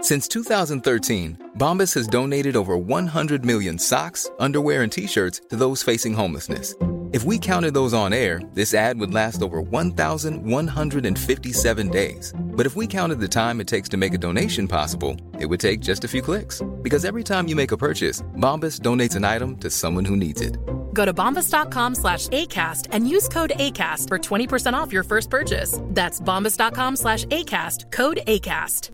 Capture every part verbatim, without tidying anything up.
Since two thousand thirteen, Bombas has donated over one hundred million socks, underwear, and T-shirts to those facing homelessness. If we counted those on air, this ad would last over one thousand one hundred fifty-seven days. But if we counted the time it takes to make a donation possible, it would take just a few clicks. Because every time you make a purchase, Bombas donates an item to someone who needs it. Go to bombas.com slash ACAST and use code ACAST for twenty percent off your first purchase. That's bombas.com slash ACAST, code ACAST.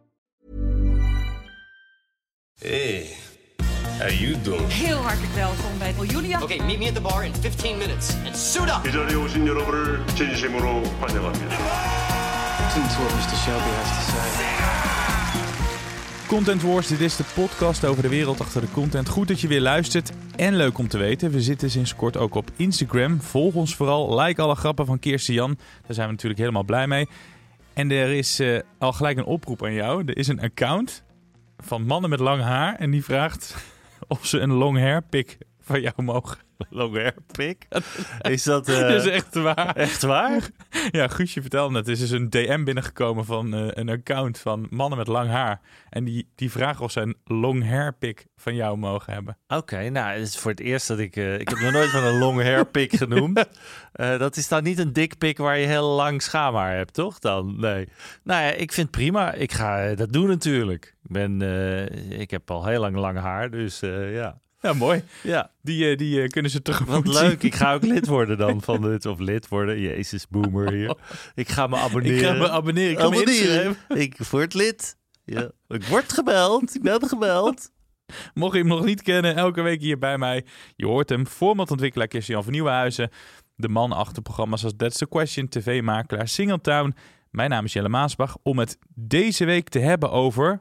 Hey, how you doing? Heel hartelijk welkom bij Julia. Okay, meet me at the bar in fifteen minutes and suit up. 이 자리에 오신 여러분을 진심으로 환영합니다. Listen to what mister Shelby has to say. Content Wars, dit is de podcast over de wereld achter de content. Goed dat je weer luistert en leuk om te weten. We zitten sinds kort ook op Instagram. Volg ons vooral, like alle grappen van Kirsten Jan. Daar zijn we natuurlijk helemaal blij mee. En er is uh, al gelijk een oproep aan jou. Er is een account van mannen met lang haar en die vraagt of ze een long hair pic van jou mogen. Long hair pic? Is dat, uh, dat is echt waar. Echt waar? Ja, Guusje vertelde net. Er is dus een D M binnengekomen van uh, een account van mannen met lang haar. En die, die vragen of ze een long hair pic van jou mogen hebben. Oké, okay, nou, het is voor het eerst dat ik... Uh, ik heb nog nooit van een long hair pic genoemd. Uh, dat is dan niet een dik pic waar je heel lang schaamhaar hebt, toch? Dan, nee. Nou ja, ik vind het prima. Ik ga uh, dat doen natuurlijk. Ik ben... Uh, ik heb al heel lang lang haar, dus uh, ja... Ja, mooi. Ja. Die, uh, die uh, kunnen ze tegemoet Wat leuk. Ik ga ook lid worden dan van dit. Of lid worden. Jezus, boomer hier. Ik ga me abonneren. Ik ga me abonneren. Ik abonneren. Ik word lid. Ja. Ik word gebeld. Ik ben gebeld. Mocht je hem nog niet kennen, elke week hier bij mij. Je hoort hem. Formatontwikkelaar Kirsten Jan van Nieuwenhuizen. De man achter programma's als That's the Question. T V-makelaar Singletown. Mijn naam is Jelle Maasbach. Om het deze week te hebben over...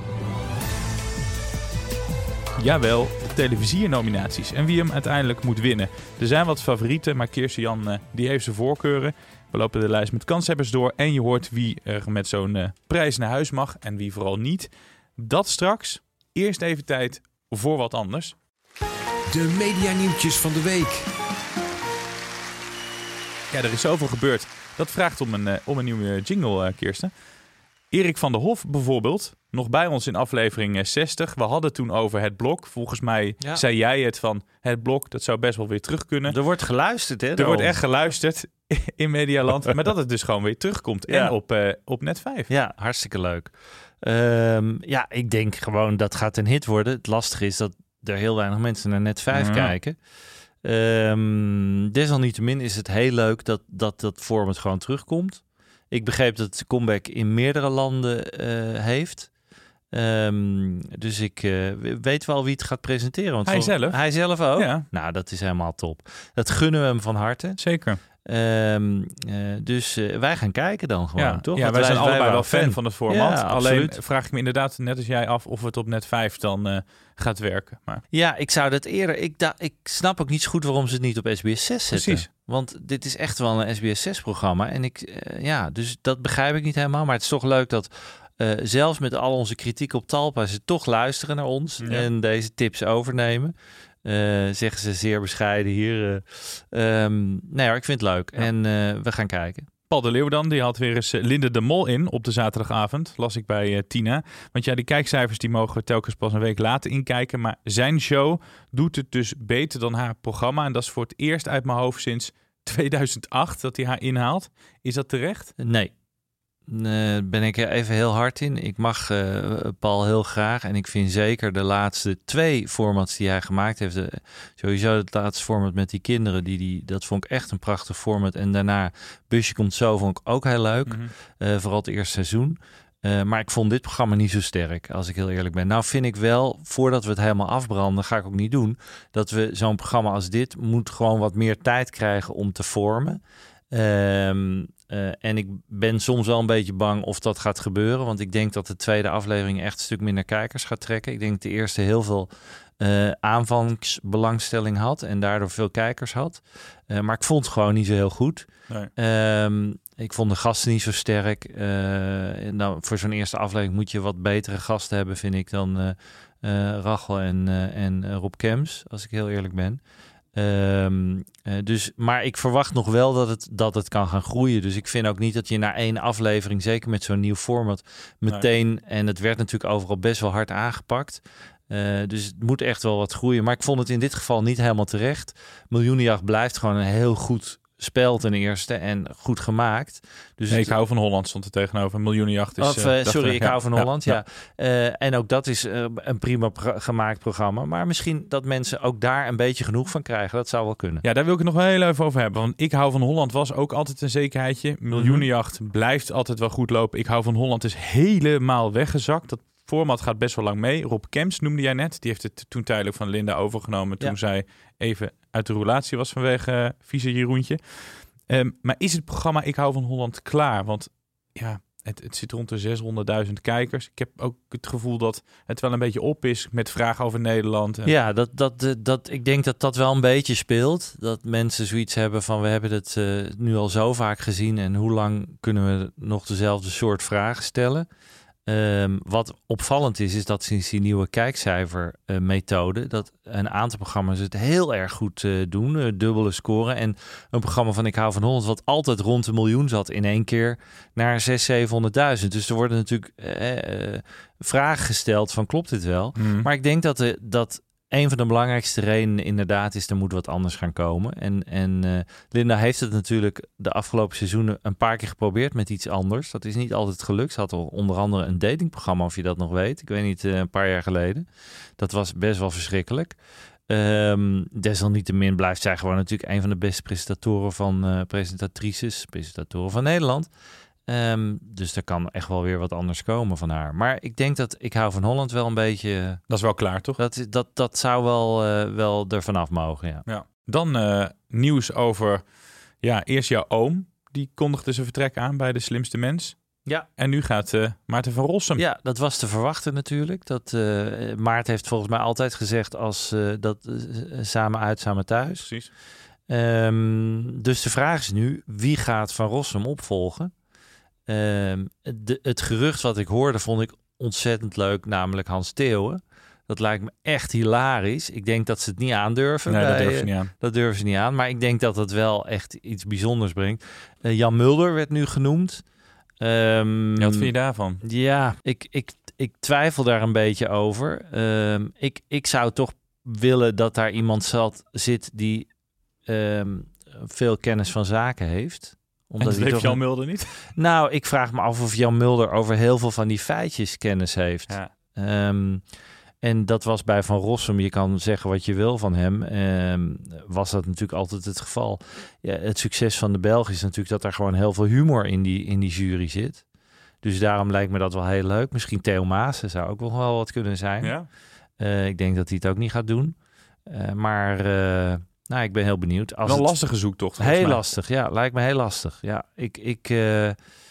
Jawel, televisiernominaties en wie hem uiteindelijk moet winnen. Er zijn wat favorieten, maar Kirsten Jan uh, die heeft zijn voorkeuren. We lopen de lijst met kanshebbers door en je hoort wie er met zo'n uh, prijs naar huis mag en wie vooral niet. Dat straks. Eerst even tijd voor wat anders. De medianieuwtjes van de week. Ja, er is zoveel gebeurd. Dat vraagt om een, uh, om een nieuwe jingle, uh, Kirsten. Erik van der Hof bijvoorbeeld, nog bij ons in aflevering zestig. We hadden toen over het blok. Volgens mij ja. zei jij het van het blok, dat zou best wel weer terug kunnen. Er wordt geluisterd, hè? Er wordt echt geluisterd in Medialand. Maar dat het dus gewoon weer terugkomt. Ja. En op, uh, op Net vijf. Ja, hartstikke leuk. Um, ja, ik denk gewoon dat gaat een hit worden. Het lastige is dat er heel weinig mensen naar Net vijf ja. kijken. Um, desalniettemin is het heel leuk dat dat, dat format gewoon terugkomt. Ik begreep dat het comeback in meerdere landen uh, heeft. Um, dus ik uh, weet wel wie het gaat presenteren. Want hij voor, zelf? Hij zelf ook? Ja. Nou, dat is helemaal top. Dat gunnen we hem van harte. Zeker. Um, uh, dus uh, wij gaan kijken dan gewoon, ja. toch? Ja, wij zijn allebei wel fan, fan van het format. Ja, alleen vraag ik me inderdaad, net als jij, af of het op Net vijf dan uh, gaat werken. Maar... Ja, ik zou dat eerder... Ik, da, ik snap ook niet zo goed waarom ze het niet op S B S zes zetten. Precies. Want dit is echt wel een S B S zes programma. En ik, uh, ja, dus dat begrijp ik niet helemaal. Maar het is toch leuk dat uh, zelfs met al onze kritiek op Talpa ze toch luisteren naar ons ja. en deze tips overnemen. Uh, zeggen ze zeer bescheiden hier. Uh, um, nee hoor, ik vind het leuk. Ja. En uh, we gaan kijken. Paul de Leeuw dan, die had weer eens Linde de Mol in op de zaterdagavond. Las ik bij uh, Tina. Want ja, die kijkcijfers die mogen we telkens pas een week later inkijken. Maar zijn show doet het dus beter dan haar programma. En dat is voor het eerst uit mijn hoofd sinds tweeduizend acht dat hij haar inhaalt. Is dat terecht? Nee. Daar uh, ben ik er even heel hard in. Ik mag uh, Paul heel graag. En ik vind zeker de laatste twee formats die hij gemaakt heeft. Uh, sowieso het laatste format met die kinderen. Die, die, dat vond ik echt een prachtig format. En daarna Busje komt zo vond ik ook heel leuk. Mm-hmm. Uh, vooral het eerste seizoen. Uh, maar ik vond dit programma niet zo sterk, als ik heel eerlijk ben. Nou vind ik wel, voordat we het helemaal afbranden, ga ik ook niet doen, dat we zo'n programma als dit moet gewoon wat meer tijd krijgen om te vormen. Um, uh, en ik ben soms wel een beetje bang of dat gaat gebeuren. Want ik denk dat de tweede aflevering echt een stuk minder kijkers gaat trekken. Ik denk dat de eerste heel veel uh, aanvangsbelangstelling had. En daardoor veel kijkers had. Uh, maar ik vond het gewoon niet zo heel goed. Nee. Um, ik vond de gasten niet zo sterk. Uh, nou, voor zo'n eerste aflevering moet je wat betere gasten hebben, vind ik, dan uh, uh, Rachel en, uh, en uh, Rob Kems. Als ik heel eerlijk ben. Um, uh, dus, maar ik verwacht nog wel dat het, dat het kan gaan groeien. Dus ik vind ook niet dat je na één aflevering, zeker met zo'n nieuw format, meteen... Nee. En het werd natuurlijk overal best wel hard aangepakt. Uh, dus het moet echt wel wat groeien. Maar ik vond het in dit geval niet helemaal terecht. Miljoenenjacht blijft gewoon een heel goed spel ten eerste en goed gemaakt. Dus nee, het... ik hou van Holland, stond er tegenover. Miljoenenjacht is... Of, uh, uh, sorry, er, ik ja, hou van ja, Holland, ja. ja. ja. Uh, en ook dat is uh, een prima pro- gemaakt programma. Maar misschien dat mensen ook daar een beetje genoeg van krijgen. Dat zou wel kunnen. Ja, daar wil ik het nog wel heel even over hebben. Want ik hou van Holland was ook altijd een zekerheidje. Miljoenenjacht mm-hmm. blijft altijd wel goed lopen. Ik hou van Holland is helemaal weggezakt. Dat format gaat best wel lang mee. Rob Kemps noemde jij net. Die heeft het toen tijdelijk van Linda overgenomen. Toen ja. zij even uit de roulatie was vanwege uh, vieze Jeroentje. Um, maar is het programma Ik hou van Holland klaar? Want ja, het, het zit rond de zeshonderdduizend kijkers. Ik heb ook het gevoel dat het wel een beetje op is met vragen over Nederland. En... Ja, dat, dat, dat, ik denk dat dat wel een beetje speelt. Dat mensen zoiets hebben van we hebben het uh, nu al zo vaak gezien en hoe lang kunnen we nog dezelfde soort vragen stellen? Um, wat opvallend is, is dat sinds die nieuwe kijkcijfermethode uh, dat een aantal programma's het heel erg goed uh, doen, uh, dubbele scoren. En een programma van Ik hou van Holland, wat altijd rond een miljoen zat, in één keer naar zeshonderdduizend, zevenhonderdduizend. Dus er worden natuurlijk uh, uh, vragen gesteld van klopt dit wel? Mm. Maar ik denk dat, uh, dat een van de belangrijkste redenen inderdaad is, er moet wat anders gaan komen. En, en uh, Linda heeft het natuurlijk de afgelopen seizoenen een paar keer geprobeerd met iets anders. Dat is niet altijd gelukt. Ze had al onder andere een datingprogramma, of je dat nog weet. Ik weet niet, uh, een paar jaar geleden. Dat was best wel verschrikkelijk. Um, desalniettemin blijft zij gewoon natuurlijk een van de beste presentatoren van uh, presentatrices, presentatoren van Nederland. Um, dus er kan echt wel weer wat anders komen van haar. Maar ik denk dat Ik hou van Holland wel een beetje... Dat is wel klaar, toch? Dat, dat, dat zou wel, uh, wel er vanaf mogen, ja. ja. Dan uh, nieuws over... Ja, eerst jouw oom. Die kondigde zijn vertrek aan bij De Slimste Mens. Ja. En nu gaat uh, Maarten van Rossum. Ja, dat was te verwachten natuurlijk. Dat, uh, Maarten heeft volgens mij altijd gezegd als uh, dat uh, samen uit, samen thuis. Precies. Um, dus de vraag is nu, wie gaat Van Rossum opvolgen? Um, de, het gerucht wat ik hoorde vond ik ontzettend leuk, namelijk Hans Theeuwen. Dat lijkt me echt hilarisch. Ik denk dat ze het niet aandurven. Nee, bij, dat durven ze niet aan. Dat durven ze niet aan, maar ik denk dat het wel echt iets bijzonders brengt. Uh, Jan Mulder werd nu genoemd. Um, ja, wat vind je daarvan? Ja, ik, ik, ik twijfel daar een beetje over. Um, ik, ik zou toch willen dat daar iemand zat, zit die um, veel kennis van zaken heeft. Omdat en dat heeft Jan een... Mulder niet? Nou, ik vraag me af of Jan Mulder over heel veel van die feitjes kennis heeft. Ja. Um, en dat was bij Van Rossum, je kan zeggen wat je wil van hem, um, was dat natuurlijk altijd het geval. Ja, het succes van de Belg is natuurlijk dat er gewoon heel veel humor in die, in die jury zit. Dus daarom lijkt me dat wel heel leuk. Misschien Theo Maassen zou ook nog wel wat kunnen zijn. Ja. Uh, ik denk dat hij het ook niet gaat doen. Uh, maar... Uh, Nou, ik ben heel benieuwd. Als wel een het... lastige zoektocht. Heel mij. lastig, ja. Lijkt me heel lastig. Ja, ik, ik, uh,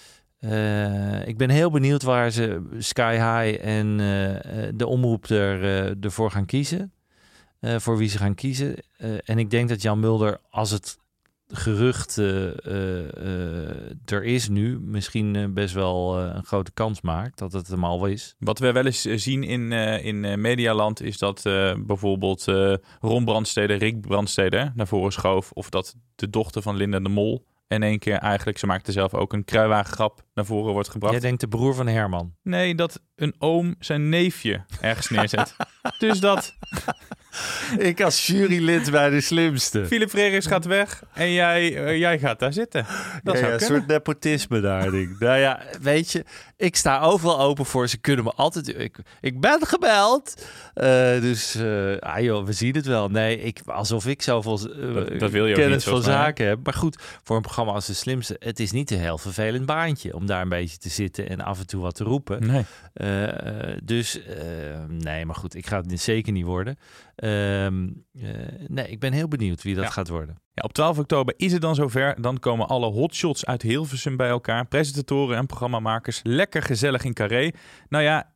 uh, ik ben heel benieuwd waar ze Sky High en uh, de omroep er, uh, ervoor gaan kiezen. Uh, voor wie ze gaan kiezen. Uh, en ik denk dat Jan Mulder, als het gerucht uh, uh, uh, er is nu, misschien uh, best wel uh, een grote kans maakt dat het hem al is. Wat we wel eens zien in, uh, in uh, Medialand is dat uh, bijvoorbeeld uh, Ron Brandstede, Rick Brandstede naar voren schoof. Of dat de dochter van Linda de Mol in één keer eigenlijk, ze maakte zelf ook een kruiwagengrap, naar voren wordt gebracht. Jij denkt de broer van Herman? Nee, dat een oom zijn neefje ergens neerzet. Dus dat... Ik als jurylid bij De Slimste. Philip Frerichs gaat weg en jij, uh, jij gaat daar zitten. Dat ja, zou ja, een soort nepotisme daar, denk ik. Nou ja, weet je, ik sta overal open voor. Ze kunnen me altijd... Ik, ik ben gebeld. Uh, dus, uh, ah joh, we zien het wel. Nee, ik, alsof ik zoveel uh, dat, dat wil je kennis ook niet, van zaken heb. Maar goed, voor een programma als De Slimste, het is niet een heel vervelend baantje om daar een beetje te zitten en af en toe wat te roepen. Nee. Uh, dus, uh, nee, maar goed, ik ga het zeker niet worden. Um, uh, nee, ik ben heel benieuwd wie dat ja. gaat worden. Ja, op twaalf oktober is het dan zover. Dan komen alle hotshots uit Hilversum bij elkaar. Presentatoren en programmamakers. Lekker gezellig in Carré. Nou ja,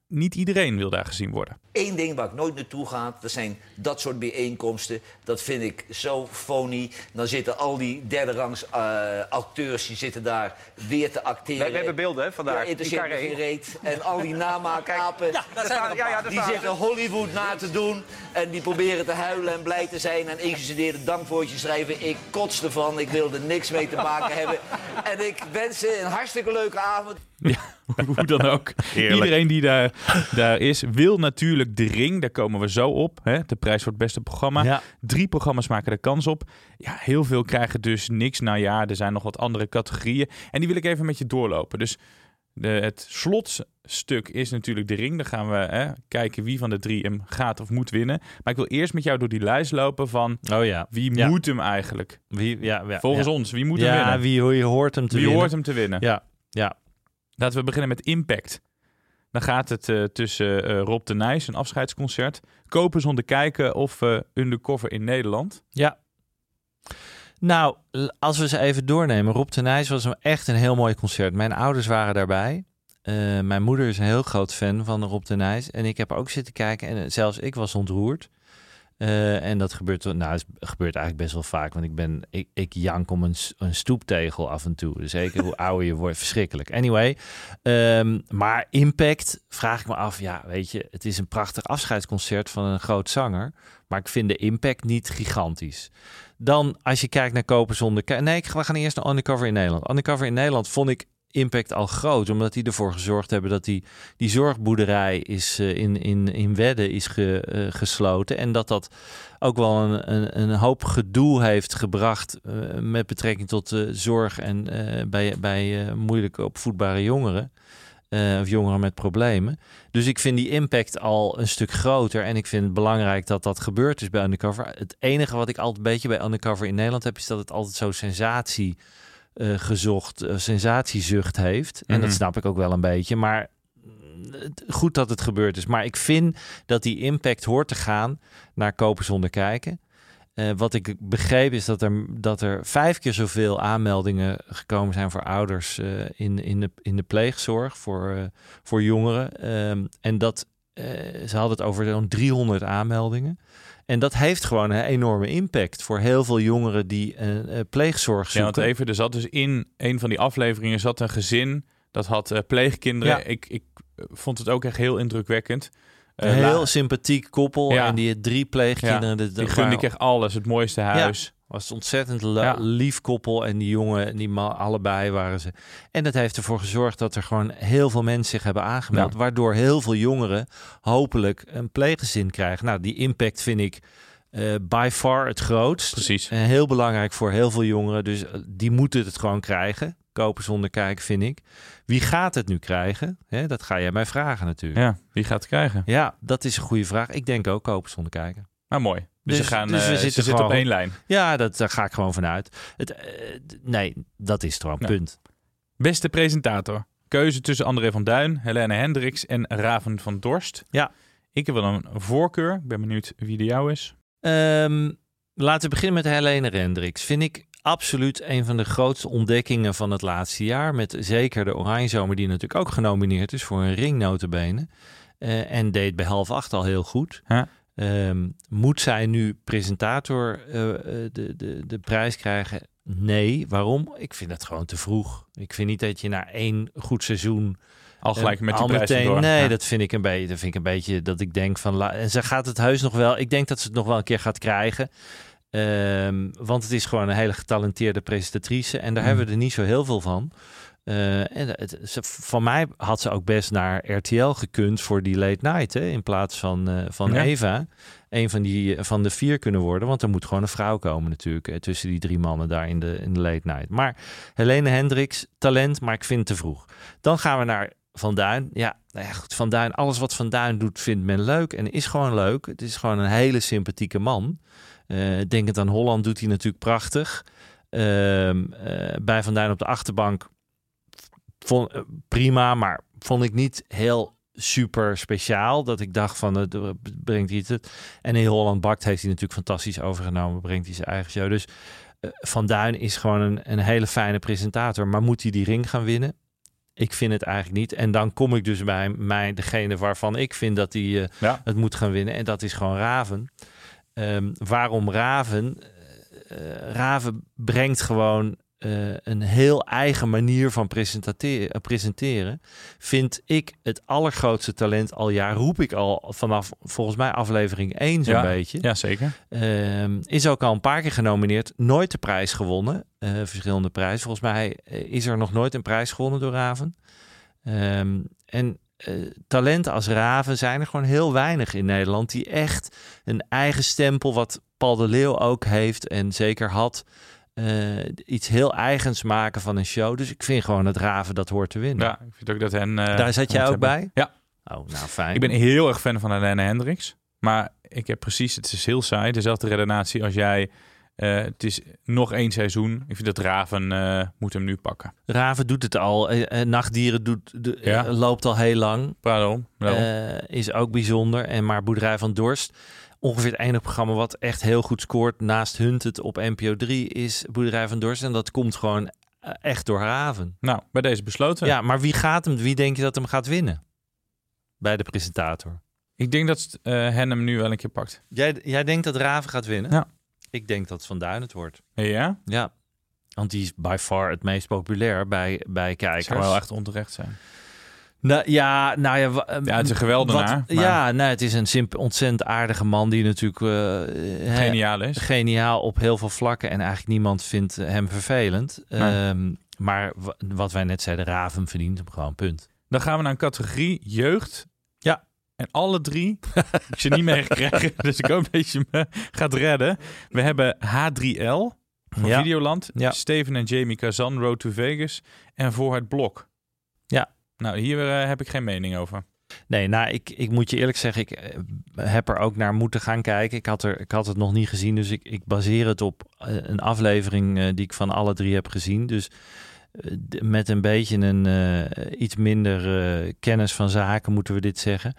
niet iedereen wil daar gezien worden. Eén ding waar ik nooit naartoe ga, dat zijn dat soort bijeenkomsten. Dat vind ik zo phony. Dan zitten al die derde rangs uh, acteurs, die zitten daar weer te acteren. We, we hebben beelden hè, vandaag. Ja, interesseert me geen reet. En al die namaakapen, ja, staan, ja, ja, die zitten Hollywood na te doen. En die proberen te huilen en blij te zijn. En ingestudeerde dankwoordjes schrijven. Ik kots ervan, ik wil er niks mee te maken hebben. En ik wens ze een hartstikke leuke avond. Ja, hoe dan ook. Heerlijk. Iedereen die daar, daar is, wil natuurlijk de ring. Daar komen we zo op. Hè? De prijs voor het beste programma. Ja. Drie programma's maken er kans op. Ja, heel veel krijgen dus niks. Nou ja, er zijn nog wat andere categorieën. En die wil ik even met je doorlopen. Dus de, het slotstuk is natuurlijk de ring. Dan gaan we hè, kijken wie van de drie hem gaat of moet winnen. Maar ik wil eerst met jou door die lijst lopen van oh ja. wie ja. moet hem eigenlijk? Wie, ja, ja, Volgens ja. ons, wie moet ja, hem winnen? Wie, wie hoort hem te wie winnen? hoort hem te winnen? Ja, ja. Laten we beginnen met Impact. Dan gaat het uh, tussen uh, Rob de Nijs, een afscheidsconcert, Kopen zonder kijken of uh, Undercover in Nederland. Ja. Nou, als we ze even doornemen. Rob de Nijs was echt een heel mooi concert. Mijn ouders waren daarbij. Uh, mijn moeder is een heel groot fan van Rob de Nijs. En ik heb ook zitten kijken en zelfs ik was ontroerd. Uh, en dat gebeurt, nou, het gebeurt eigenlijk best wel vaak. Want ik ben, ik, ik jank om een, een stoeptegel af en toe. Dus zeker hoe ouder je wordt, verschrikkelijk. Anyway, um, maar Impact, vraag ik me af. Ja, weet je, het is een prachtig afscheidsconcert van een groot zanger. Maar ik vind de impact niet gigantisch. Dan, als je kijkt naar Kopen zonder kijken. Nee, we gaan eerst naar Undercover in Nederland. Undercover in Nederland vond ik Impact al groot, omdat die ervoor gezorgd hebben dat die, die zorgboerderij is uh, in, in, in Wedde is ge, uh, gesloten. En dat dat ook wel een, een, een hoop gedoe heeft gebracht uh, met betrekking tot uh, zorg en uh, bij, bij uh, moeilijk opvoedbare jongeren. Uh, of jongeren met problemen. Dus ik vind die impact al een stuk groter. En ik vind het belangrijk dat dat gebeurd is bij Undercover. Het enige wat ik altijd een beetje bij Undercover in Nederland heb, is dat het altijd zo sensatie Uh, gezocht, uh, sensatiezucht heeft. En mm-hmm. dat snap ik ook wel een beetje. Maar uh, goed dat het gebeurd is. Maar ik vind dat die impact hoort te gaan naar Kopen zonder kijken. Uh, wat ik begreep is dat er, dat er vijf keer zoveel aanmeldingen gekomen zijn voor ouders uh, in, in, de, in de pleegzorg voor, uh, voor jongeren. Um, en dat uh, ze hadden het over zo'n driehonderd aanmeldingen. En dat heeft gewoon een enorme impact voor heel veel jongeren die uh, pleegzorg zoeken. Ja, want even, er zat dus in een van die afleveringen zat een gezin dat had uh, pleegkinderen. Ja. Ik, ik vond het ook echt heel indrukwekkend. Uh, een heel la- sympathiek koppel ja. en die drie pleegkinderen. Ja, de, de, die gunde ik echt alles, het mooiste huis. Ja. Was een ontzettend la- ja. lief koppel en die jongen, die ma- allebei waren ze. En dat heeft ervoor gezorgd dat er gewoon heel veel mensen zich hebben aangemeld, ja. waardoor heel veel jongeren hopelijk een pleeggezin krijgen. Nou, die impact vind ik uh, by far het grootst. Precies. En heel belangrijk voor heel veel jongeren, dus uh, die moeten het gewoon krijgen. Kopen zonder kijken, vind ik. Wie gaat het nu krijgen? Hè, dat ga jij mij vragen natuurlijk. Ja, wie gaat het krijgen? Ja, dat is een goede vraag. Ik denk ook kopen zonder kijken. Nou, mooi. Dus, dus, ze gaan, dus we uh, zitten, ze zitten op één lijn. Ja, dat, daar ga ik gewoon vanuit. Het, uh, nee, dat is het gewoon. Ja. Punt. Beste presentator. Keuze tussen André van Duin, Helene Hendricks en Raven van Dorst. Ja. Ik heb wel een voorkeur. Ik ben benieuwd wie de jou is. Um, laten we beginnen met Helene Hendricks. Vind ik absoluut een van de grootste ontdekkingen van het laatste jaar. Met zeker de Oranjezomer, die natuurlijk ook genomineerd is voor een ring nota bene. Uh, en deed bij half acht al heel goed. Huh? Um, moet zij nu presentator uh, de, de, de prijs krijgen? Nee. Waarom? Ik vind dat gewoon te vroeg. Ik vind niet dat je na één goed seizoen al gelijk met die prijs meteen, door. Nee, ja. dat vind ik een beetje. Dat vind ik een beetje dat ik denk van. La, en ze gaat het heus nog wel. Ik denk dat ze het nog wel een keer gaat krijgen. Um, want het is gewoon een hele getalenteerde presentatrice en daar mm. hebben we er niet zo heel veel van. Uh, en het, ze, van mij had ze ook best naar R T L gekund voor die late night, hè, in plaats van, uh, van ja. Eva. Een van, die, van de vier kunnen worden, want er moet gewoon een vrouw komen natuurlijk, hè, tussen die drie mannen daar in de, in de late night. Maar Helene Hendricks, talent, maar ik vind het te vroeg. Dan gaan we naar Van Duin. Ja, nou ja, goed, Van Duin, alles wat Van Duin doet vindt men leuk en is gewoon leuk. Het is gewoon een hele sympathieke man. Uh, denkend aan Holland doet hij natuurlijk prachtig. Uh, uh, bij Van Duin op de achterbank vond, uh, prima, maar vond ik niet heel super speciaal. Dat ik dacht van, uh, brengt hij het? En in Holland Bakt heeft hij natuurlijk fantastisch overgenomen. Brengt hij zijn eigen show. Dus uh, Van Duin is gewoon een, een hele fijne presentator. Maar moet hij die ring gaan winnen? Ik vind het eigenlijk niet. En dan kom ik dus bij mij, degene waarvan ik vind dat hij uh, ja. het moet gaan winnen. En dat is gewoon Raven. Um, waarom Raven? Uh, Raven brengt gewoon uh, een heel eigen manier van presenteren. Vind ik het allergrootste talent al jaar. Roep ik al vanaf volgens mij aflevering één zo'n ja, beetje. Ja, zeker. Um, is ook al een paar keer genomineerd. Nooit de prijs gewonnen. Uh, verschillende prijzen. Volgens mij is er nog nooit een prijs gewonnen door Raven. Um, en uh, talenten als Raven zijn er gewoon heel weinig in Nederland. Die echt een eigen stempel, wat Paul de Leeuw ook heeft en zeker had, uh, iets heel eigens maken van een show. Dus ik vind gewoon dat Raven dat hoort te winnen. Ja, ik vind ook dat hen... Uh, Daar zat jij ook hebben. bij? Ja. Oh, nou fijn. Ik ben heel erg fan van Helene Hendricks. Maar ik heb precies, het is heel saai, dezelfde redenatie als jij. Uh, het is nog één seizoen. Ik vind dat Raven uh, moet hem nu pakken. Raven doet het al. Uh, Nachtdieren doet, de, ja. uh, loopt al heel lang. Pardon. Uh, is ook bijzonder. En maar Boerderij van Dorst, ongeveer het enige programma wat echt heel goed scoort naast Hunted op N P O drie is Boerderij van Dorst. En dat komt gewoon uh, echt door Raven. Nou, bij deze besloten. Ja, maar wie gaat hem? Wie denk je dat hem gaat winnen? Bij de presentator. Ik denk dat uh, Hen hem nu wel een keer pakt. Jij, jij denkt dat Raven gaat winnen? Ja. Ik denk dat Van Duin het wordt. Ja? Ja. Want die is by far het meest populair bij, bij kijkers. Zou wel echt onterecht zijn. Nou ja, nou ja, w- ja, het is een geweldenaar. Wat, maar... Ja, nou, het is een simpel, ontzettend aardige man die natuurlijk uh, geniaal is. Geniaal op heel veel vlakken en eigenlijk niemand vindt hem vervelend. Nee. Um, maar w- wat wij net zeiden, Raven verdient hem gewoon, punt. Dan gaan we naar een categorie jeugd. Ja. En alle drie, ik ze niet meegekregen, dus ik hoop dat je me gaat redden. We hebben H drie L van ja. Videoland, ja. Steven en Jamie Kazan, Road to Vegas en Voor het Blok. Ja. Nou, hier uh, heb ik geen mening over. Nee, nou, ik, ik moet je eerlijk zeggen, ik uh, heb er ook naar moeten gaan kijken. Ik had, er, ik had het nog niet gezien, dus ik, ik baseer het op uh, een aflevering uh, die ik van alle drie heb gezien. Dus uh, d- met een beetje een uh, iets minder uh, kennis van zaken moeten we dit zeggen.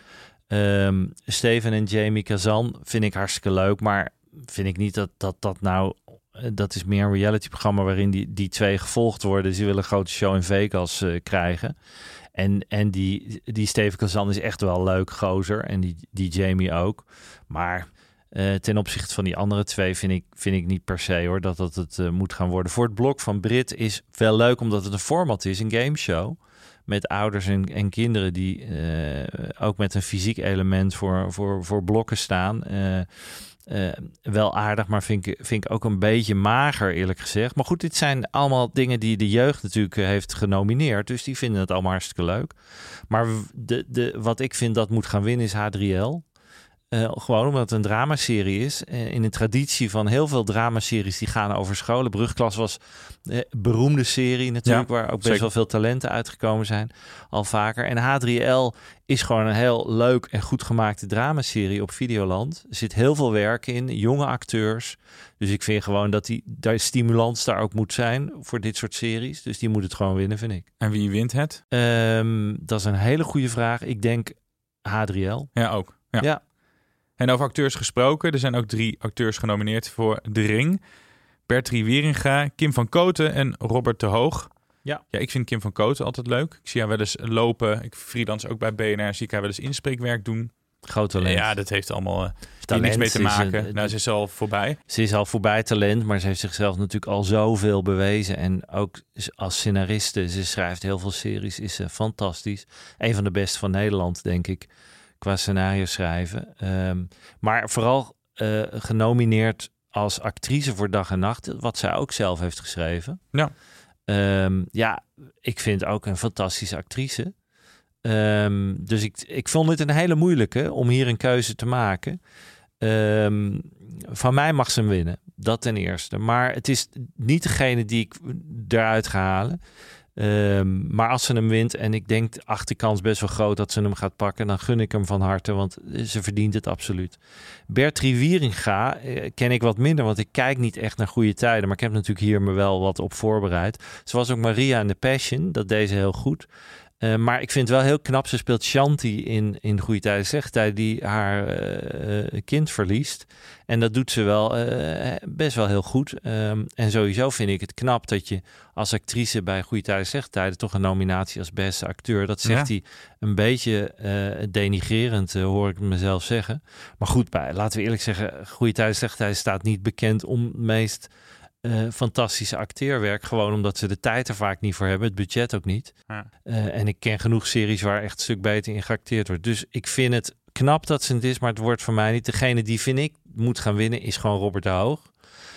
Um, Steven en Jamie Kazan vind ik hartstikke leuk, maar vind ik niet dat dat, dat nou... Dat is meer een reality-programma waarin die, die twee gevolgd worden. Ze willen een grote show in Vegas uh, krijgen. En, en die, die Steven Kazan is echt wel leuk, gozer. En die, die Jamie ook. Maar uh, ten opzichte van die andere twee vind ik, vind ik niet per se hoor dat dat het uh, moet gaan worden. Voor het blok van Brit is wel leuk omdat het een format is, een gameshow. Met ouders en, en kinderen die uh, ook met een fysiek element voor, voor, voor blokken staan. Uh, Uh, wel aardig, maar vind ik, vind ik ook een beetje mager, eerlijk gezegd. Maar goed, dit zijn allemaal dingen die de jeugd natuurlijk uh, heeft genomineerd. Dus die vinden het allemaal hartstikke leuk. Maar de, de, wat ik vind dat moet gaan winnen is H drie L. Uh, gewoon omdat het een dramaserie is. Uh, in de traditie van heel veel dramaseries die gaan over scholen. Brugklas was een beroemde serie natuurlijk, ja, waar ook best zeker. wel veel talenten uitgekomen zijn. Al vaker. En H drie L is gewoon een heel leuk en goed gemaakte dramaserie op Videoland. Er zit heel veel werk in, jonge acteurs. Dus ik vind gewoon dat die daar stimulans daar ook moet zijn voor dit soort series. Dus die moet het gewoon winnen, vind ik. En wie wint het? Um, dat is een hele goede vraag. Ik denk H drie L. Ja, ook. Ja. ja. En over acteurs gesproken, er zijn ook drie acteurs genomineerd voor De Ring. Bertrie Wieringa, Kim van Kooten en Robert de Hoog. Ja. Ja, ik vind Kim van Kooten altijd leuk. Ik zie haar wel eens lopen. Ik freelance ook bij B N R. Zie ik haar wel eens inspreekwerk doen. Groot talent. Ja, dat heeft allemaal uh, talent, niks mee te maken. Een, nou, ze is al voorbij. Ze is al voorbij talent, maar ze heeft zichzelf natuurlijk al zoveel bewezen. En ook als scenariste, ze schrijft heel veel series, is ze fantastisch. Een van de beste van Nederland, denk ik. Qua scenario schrijven. Um, maar vooral uh, genomineerd als actrice voor Dag en Nacht. Wat zij ook zelf heeft geschreven. Ja, um, ja ik vind ook een fantastische actrice. Um, dus ik, ik vond het een hele moeilijke om hier een keuze te maken. Um, van mij mag ze hem winnen. Dat ten eerste. Maar het is niet degene die ik eruit ga halen. Um, maar als ze hem wint, en ik denk de achterkans best wel groot dat ze hem gaat pakken, dan gun ik hem van harte, want ze verdient het absoluut. Bertrie Wieringa eh, ken ik wat minder, want ik kijk niet echt naar Goede Tijden, maar ik heb natuurlijk hier me wel wat op voorbereid. Ze was ook Maria in The Passion, dat deed ze heel goed. Uh, maar ik vind het wel heel knap. Ze speelt Shanti in, in Goede Tijden, Slechte Tijden, die haar uh, uh, kind verliest. En dat doet ze wel uh, best wel heel goed. Um, en sowieso vind ik het knap dat je als actrice bij Goede Tijden, Slechte Tijden toch een nominatie als beste acteur. Dat zegt ja. hij een beetje uh, denigrerend, uh, hoor ik mezelf zeggen. Maar goed, bij, laten we eerlijk zeggen, Goede Tijden, Slechte Tijden staat niet bekend om het meest Uh, fantastische acteerwerk. Gewoon omdat ze de tijd er vaak niet voor hebben. Het budget ook niet. Ja. Uh, en ik ken genoeg series waar echt een stuk beter in geacteerd wordt. Dus ik vind het knap dat ze het is, maar het wordt voor mij niet. Degene die, vind ik, moet gaan winnen is gewoon Robert de Hoog.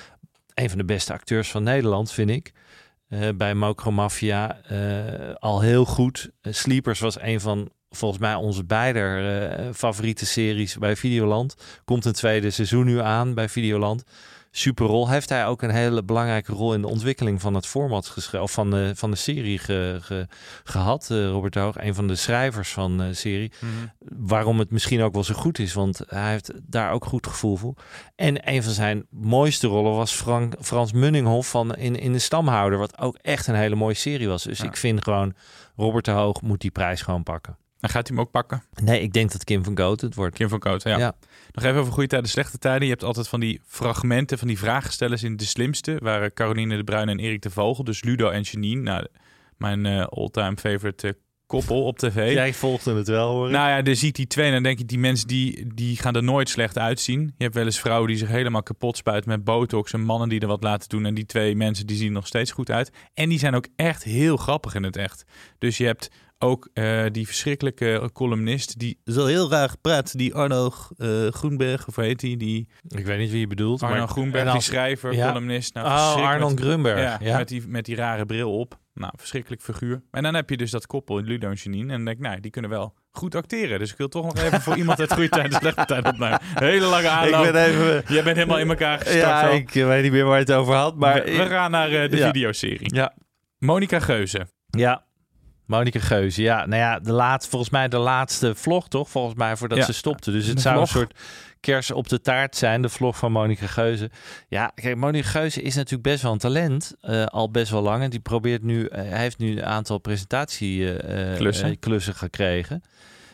Een van de beste acteurs van Nederland, vind ik. Uh, bij Mokro Mafia uh, al heel goed. Uh, Sleepers was een van, volgens mij, onze beide uh, favoriete series bij Videoland. Komt een tweede seizoen nu aan bij Videoland. Superrol. Heeft hij ook een hele belangrijke rol in de ontwikkeling van het format geschreven, of van de, van de serie ge, ge, gehad. Uh, Robert de Hoog, een van de schrijvers van de serie. Mm-hmm. Waarom het misschien ook wel zo goed is, want hij heeft daar ook goed gevoel voor. En een van zijn mooiste rollen was Frank, Frans Munninghoff van in, in De Stamhouder, wat ook echt een hele mooie serie was. Dus ja. ik vind gewoon, Robert de Hoog moet die prijs gewoon pakken. En gaat hij hem ook pakken? Nee, ik denk dat Kim van Kooten het wordt. Kim van Kooten, ja. ja. Nog even over Goede Tijden, Slechte Tijden. Je hebt altijd van die fragmenten, van die vragenstellers in De Slimste. Waren Caroline de Bruin en Erik de Vogel. Dus Ludo en Janine. Nou, mijn uh, all-time favorite uh, koppel op tv. Jij volgde het wel, hoor. Nou ja, dan ziet die twee en dan denk ik, die mensen die, die gaan er nooit slecht uitzien. Je hebt wel eens vrouwen die zich helemaal kapot spuiten met botox en mannen die er wat laten doen. En die twee mensen die zien er nog steeds goed uit. En die zijn ook echt heel grappig in het echt. Dus je hebt ook uh, die verschrikkelijke columnist die zo heel raar praat. Die Arno uh, Groenberg, of heet die? die? Ik weet niet wie je bedoelt. Arno maar... Groenberg, als... die schrijver, ja. columnist. Nou, oh, Arnold Grunberg. Ja, ja. Met, die, met die rare bril op. Nou, verschrikkelijk figuur. En dan heb je dus dat koppel in Ludo en Janine. En dan denk ik, nou, die kunnen wel goed acteren. Dus ik wil toch nog even voor iemand uit Goede Tijden, Slechte Tijden opnemen. Hele lange aanloop. Ik ben even... Jij bent helemaal in elkaar gestart. Ja, zo. ik weet niet meer waar je het over had. Maar we, we gaan naar uh, de ja. videoserie. Ja. Monica Geuze. Ja. Monica Geuze, ja. Nou ja, de laatste, volgens mij de laatste vlog, toch? Volgens mij, voordat ja. ze stopte. Dus het de zou vlog. een soort kers op de taart zijn, de vlog van Monica Geuze. Ja, kijk, Monica Geuze is natuurlijk best wel een talent. Uh, al best wel lang. En die probeert nu, uh, hij heeft nu een aantal presentatieklussen uh, klussen gekregen.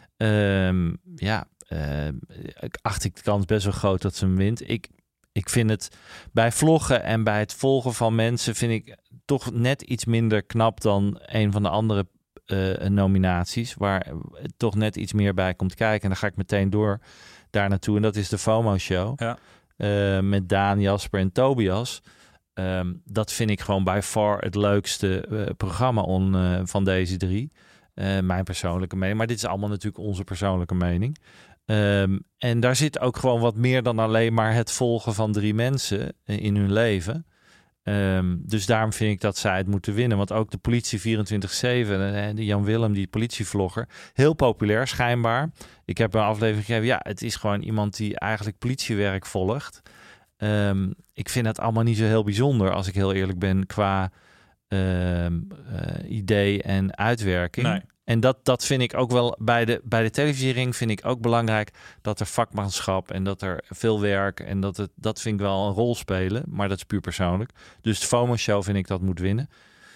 Um, ja, uh, ik acht ik de kans best wel groot dat ze hem wint. Ik, ik vind het bij vloggen en bij het volgen van mensen vind ik toch net iets minder knap dan een van de andere uh, nominaties, waar toch net iets meer bij komt kijken. En dan ga ik meteen door daar naartoe. En dat is de FOMO-show. Ja. Uh, met Daan, Jasper en Tobias. Um, dat vind ik gewoon by far het leukste uh, programma on, uh, van deze drie. Uh, mijn persoonlijke mening. Maar dit is allemaal natuurlijk onze persoonlijke mening. Um, en daar zit ook gewoon wat meer dan alleen maar het volgen van drie mensen in hun leven. Um, dus daarom vind ik dat zij het moeten winnen. Want ook de politie vierentwintig zeven, en de Jan Willem, die politievlogger, heel populair schijnbaar. Ik heb een aflevering gegeven. Ja, het is gewoon iemand die eigenlijk politiewerk volgt. Um, ik vind het allemaal niet zo heel bijzonder, als ik heel eerlijk ben, qua uh, uh, idee en uitwerking. Nee. En dat, dat vind ik ook wel bij de, bij de televisiering vind ik ook belangrijk, dat er vakmanschap en dat er veel werk en dat het, dat vind ik wel een rol spelen, maar dat is puur persoonlijk. Dus de FOMO-show vind ik dat moet winnen.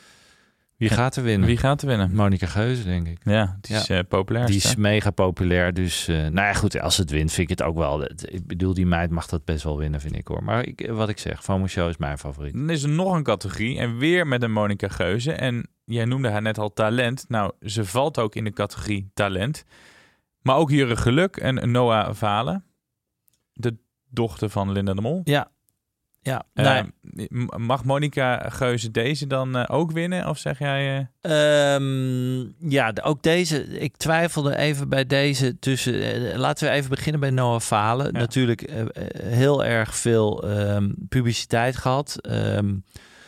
Wie gaat er winnen? Wie gaat er winnen? Monica Geuze, denk ik. Ja, die is ja. uh, populair. Die is mega populair, dus uh, nou ja, goed, als het wint vind ik het ook wel. Ik bedoel, die meid mag dat best wel winnen, vind ik hoor. Maar ik, wat ik zeg, FOMO-show is mijn favoriet. Dan is er nog een categorie en weer met een Monica Geuze. En jij noemde haar net al talent. Nou, ze valt ook in de categorie talent. Maar ook Jurre Geluk en Noah Valen. De dochter van Linda de Mol. Ja. Ja, uh, nee. Mag Monica Geuze deze dan uh, ook winnen? Of zeg jij... Uh... Um, ja, ook deze. Ik twijfelde even bij deze tussen... Uh, laten we even beginnen bij Noah Valen. Ja. Natuurlijk uh, heel erg veel um, publiciteit gehad. Um,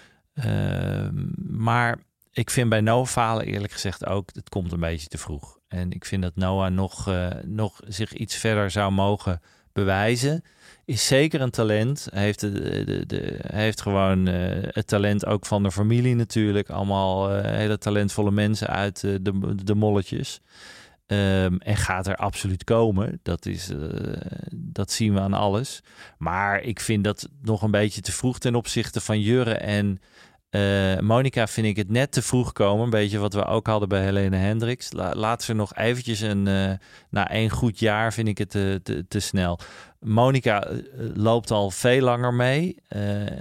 uh, maar ik vind bij Noah Valen eerlijk gezegd ook... Het komt een beetje te vroeg. En ik vind dat Noah nog, uh, nog zich iets verder zou mogen bewijzen. Is zeker een talent. Hij heeft, de, de, de, hij heeft gewoon uh, het talent ook van de familie natuurlijk. Allemaal uh, hele talentvolle mensen uit uh, de, de molletjes. Um, en gaat er absoluut komen. Dat, is, uh, dat zien we aan alles. Maar ik vind dat nog een beetje te vroeg ten opzichte van Jurre en Uh, Monica vind ik het net te vroeg komen. Een beetje wat we ook hadden bij Helene Hendricks. La, laat ze nog eventjes een... Uh, na één goed jaar vind ik het te, te, te snel. Monica uh, loopt al veel langer mee. Uh,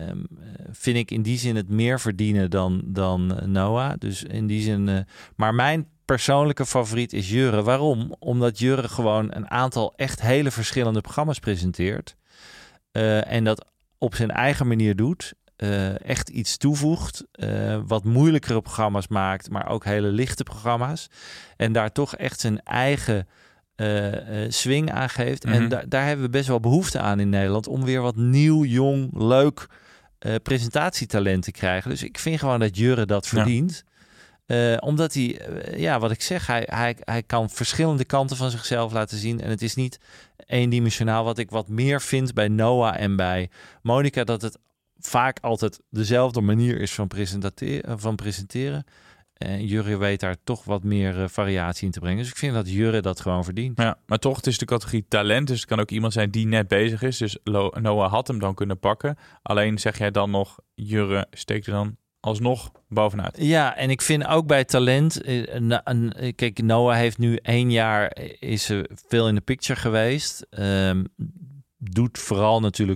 vind ik in die zin het meer verdienen dan, dan Noah. Dus in die zin... Uh, maar mijn persoonlijke favoriet is Jurre. Waarom? Omdat Jurre gewoon een aantal echt hele verschillende programma's presenteert. Uh, en dat op zijn eigen manier doet. Uh, echt iets toevoegt, uh, wat moeilijkere programma's maakt, maar ook hele lichte programma's. En daar toch echt zijn eigen uh, uh, swing aan geeft. Mm-hmm. En da- daar hebben we best wel behoefte aan in Nederland, om weer wat nieuw, jong, leuk uh, presentatietalent te krijgen. Dus ik vind gewoon dat Jurre dat verdient. Ja. Uh, omdat hij, uh, ja, wat ik zeg, hij, hij, hij kan verschillende kanten van zichzelf laten zien. En het is niet eendimensionaal, wat ik wat meer vind bij Noah en bij Monica, dat het vaak altijd dezelfde manier is van, presenteren, van presenteren. En Jurre weet daar toch wat meer uh, variatie in te brengen. Dus ik vind dat Jurre dat gewoon verdient. Ja, maar toch, het is de categorie talent. Dus het kan ook iemand zijn die net bezig is. Dus Lo- Noah had hem dan kunnen pakken. Alleen zeg jij dan nog, Jurre steekt er dan alsnog bovenuit. Ja, en ik vind ook bij talent... Uh, na, uh, kijk, Noah heeft nu één jaar... is uh, veel in de picture geweest. Um, doet vooral natuurlijk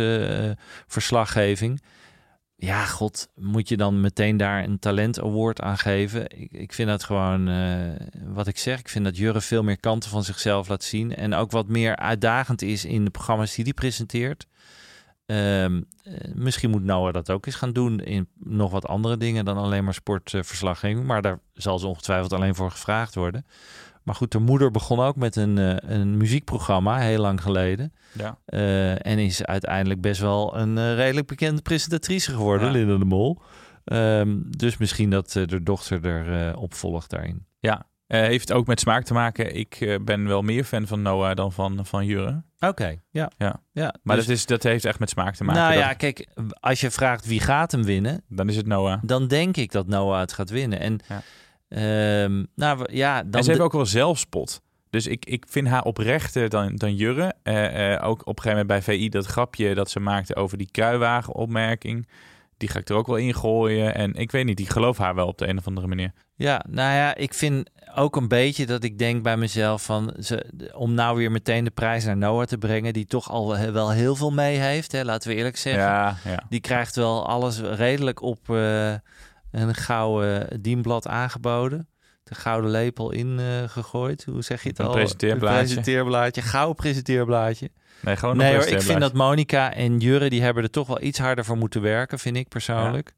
sportverslaggeving. Uh, ja, god, moet je dan meteen daar een talent award aan geven? Ik, ik vind dat gewoon, uh, wat ik zeg, ik vind dat Jurre veel meer kanten van zichzelf laat zien. En ook wat meer uitdagend is in de programma's die hij presenteert. Um, uh, misschien moet Noah dat ook eens gaan doen in nog wat andere dingen dan alleen maar sportverslaggeving. Maar daar zal ze ongetwijfeld alleen voor gevraagd worden. Maar goed, de moeder begon ook met een, uh, een muziekprogramma heel lang geleden. Ja. Uh, en is uiteindelijk best wel een uh, redelijk bekende presentatrice geworden, ja. Linda de Mol. Um, dus misschien dat uh, de dochter er uh, op volgt daarin. Ja, uh, heeft ook met smaak te maken. Ik uh, ben wel meer fan van Noah dan van, van Jurre. Oké, okay, ja. ja. ja. Maar dus, dat, is, dat heeft echt met smaak te maken. Nou dat... ja, kijk, als je vraagt wie gaat hem winnen... Dan is het Noah. Dan denk ik dat Noah het gaat winnen. En... Ja. Um, nou ja, dan en ze heeft ook wel zelfspot. Dus ik, ik vind haar oprechter dan, dan Jurre. Uh, uh, ook op een gegeven moment bij V I dat grapje dat ze maakte over die kruiwagenopmerking. Die ga ik er ook wel in gooien. En ik weet niet, ik geloof haar wel op de een of andere manier. Ja, nou ja, ik vind ook een beetje dat ik denk bij mezelf van... Ze, om nou weer meteen de prijs naar Noah te brengen... die toch al wel heel veel mee heeft, hè, laten we eerlijk zeggen. Ja, ja. Die krijgt wel alles redelijk op... Uh, een gouden dienblad aangeboden. De gouden lepel ingegooid. Uh, Hoe zeg je het een al? Presenteerblaadje. Een presenteerblaadje. Gouden presenteerblaadje. Nee, gewoon nee, een hoor, ik vind dat Monica en Jurre... die hebben er toch wel iets harder voor moeten werken... vind ik persoonlijk.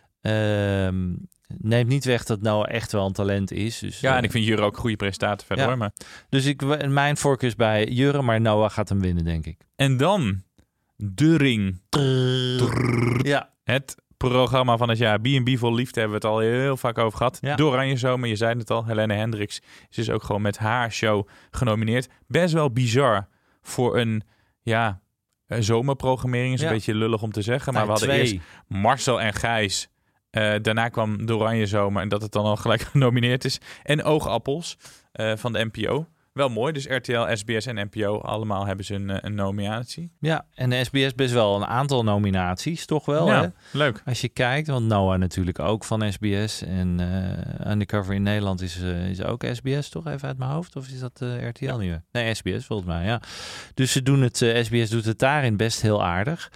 Ja. Um, neemt niet weg dat Noah echt wel een talent is. Dus, ja, uh, en ik vind Jurre ook een goede presentator verder. Ja. Hoor, maar... Dus ik, mijn voorkeur is bij Jurre... maar Noah gaat hem winnen, denk ik. En dan de ring. Trrr. Ja. Het... programma van het jaar. B en B Vol Liefde hebben we het al heel vaak over gehad. Ja. De Oranje Zomer, je zei het al. Helene Hendricks is dus ook gewoon met haar show genomineerd. Best wel bizar voor een, ja, een zomerprogrammering. Is ja. een beetje lullig om te zeggen. Maar nee, we hadden twee. eerst Marcel en Gijs. Uh, daarna kwam De Oranje Zomer. En dat het dan al gelijk genomineerd is. En Oogappels uh, van de N P O. Wel mooi, dus R T L, S B S en N P O, allemaal hebben ze een, een nominatie. Ja, en de S B S best wel een aantal nominaties, toch wel? Ja, hè? leuk. Als je kijkt, want Noah natuurlijk ook van S B S en uh, Undercover in Nederland is, uh, is ook S B S, toch even uit mijn hoofd? Of is dat uh, R T L ja. nu? Nee, S B S volgens mij, ja. Dus ze doen het, uh, S B S doet het daarin best heel aardig.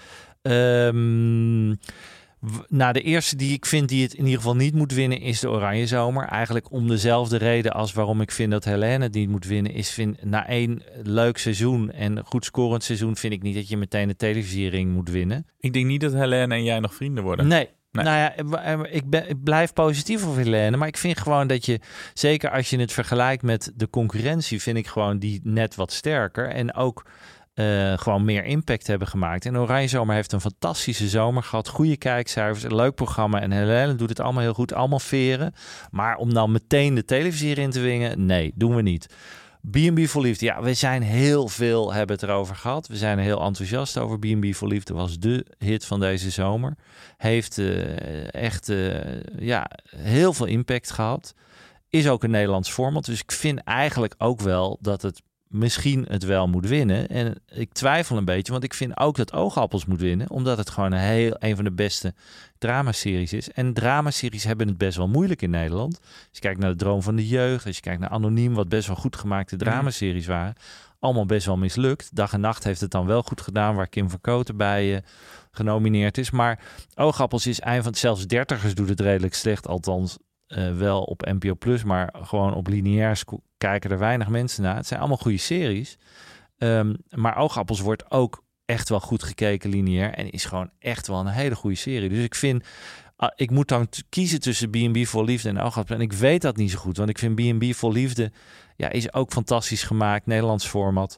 Um, Nou, de eerste die ik vind die het in ieder geval niet moet winnen is de Oranje Zomer. Eigenlijk om dezelfde reden als waarom ik vind dat Helene het niet moet winnen. Is vind, na één leuk seizoen en goed scorend seizoen vind ik niet dat je meteen de televisiering moet winnen. Ik denk niet dat Helene en jij nog vrienden worden. Nee. Nee. Nou ja, ik, ben, ik blijf positief over Helene. Maar ik vind gewoon dat je, zeker als je het vergelijkt met de concurrentie, vind ik gewoon die net wat sterker. En ook... Uh, gewoon meer impact hebben gemaakt. En Oranje Zomer heeft een fantastische zomer gehad. Goede kijkcijfers, een leuk programma. En Helene doet het allemaal heel goed. Allemaal veren. Maar om dan meteen de televisie in te wingen, nee, doen we niet. B en B Vol Liefde. Ja, we zijn heel veel, hebben het erover gehad. We zijn er heel enthousiast over. B en B Vol Liefde was de hit van deze zomer. Heeft uh, echt uh, ja, heel veel impact gehad. Is ook een Nederlands format. Dus ik vind eigenlijk ook wel dat het misschien het wel moet winnen. En ik twijfel een beetje, want ik vind ook dat Oogappels moet winnen. Omdat het gewoon een, heel, een van de beste dramaseries is. En dramaseries hebben het best wel moeilijk in Nederland. Als je kijkt naar De Droom van de Jeugd, als je kijkt naar Anoniem, wat best wel goed gemaakte dramaseries waren. Allemaal best wel mislukt. Dag en Nacht heeft het dan wel goed gedaan, waar Kim Verkoten bij uh, genomineerd is. Maar Oogappels is een van het, zelfs dertigers doet het redelijk slecht, althans uh, wel op N P O Plus, maar gewoon op lineair sco- kijken er weinig mensen naar. Het zijn allemaal goede series. Um, maar Oogappels wordt ook echt wel goed gekeken lineair en is gewoon echt wel een hele goede serie. Dus ik vind, uh, ik moet dan t- kiezen tussen B en B Vol Liefde en Oogappels. En ik weet dat niet zo goed, want ik vind B en B Vol Liefde ja, is ook fantastisch gemaakt, Nederlands format.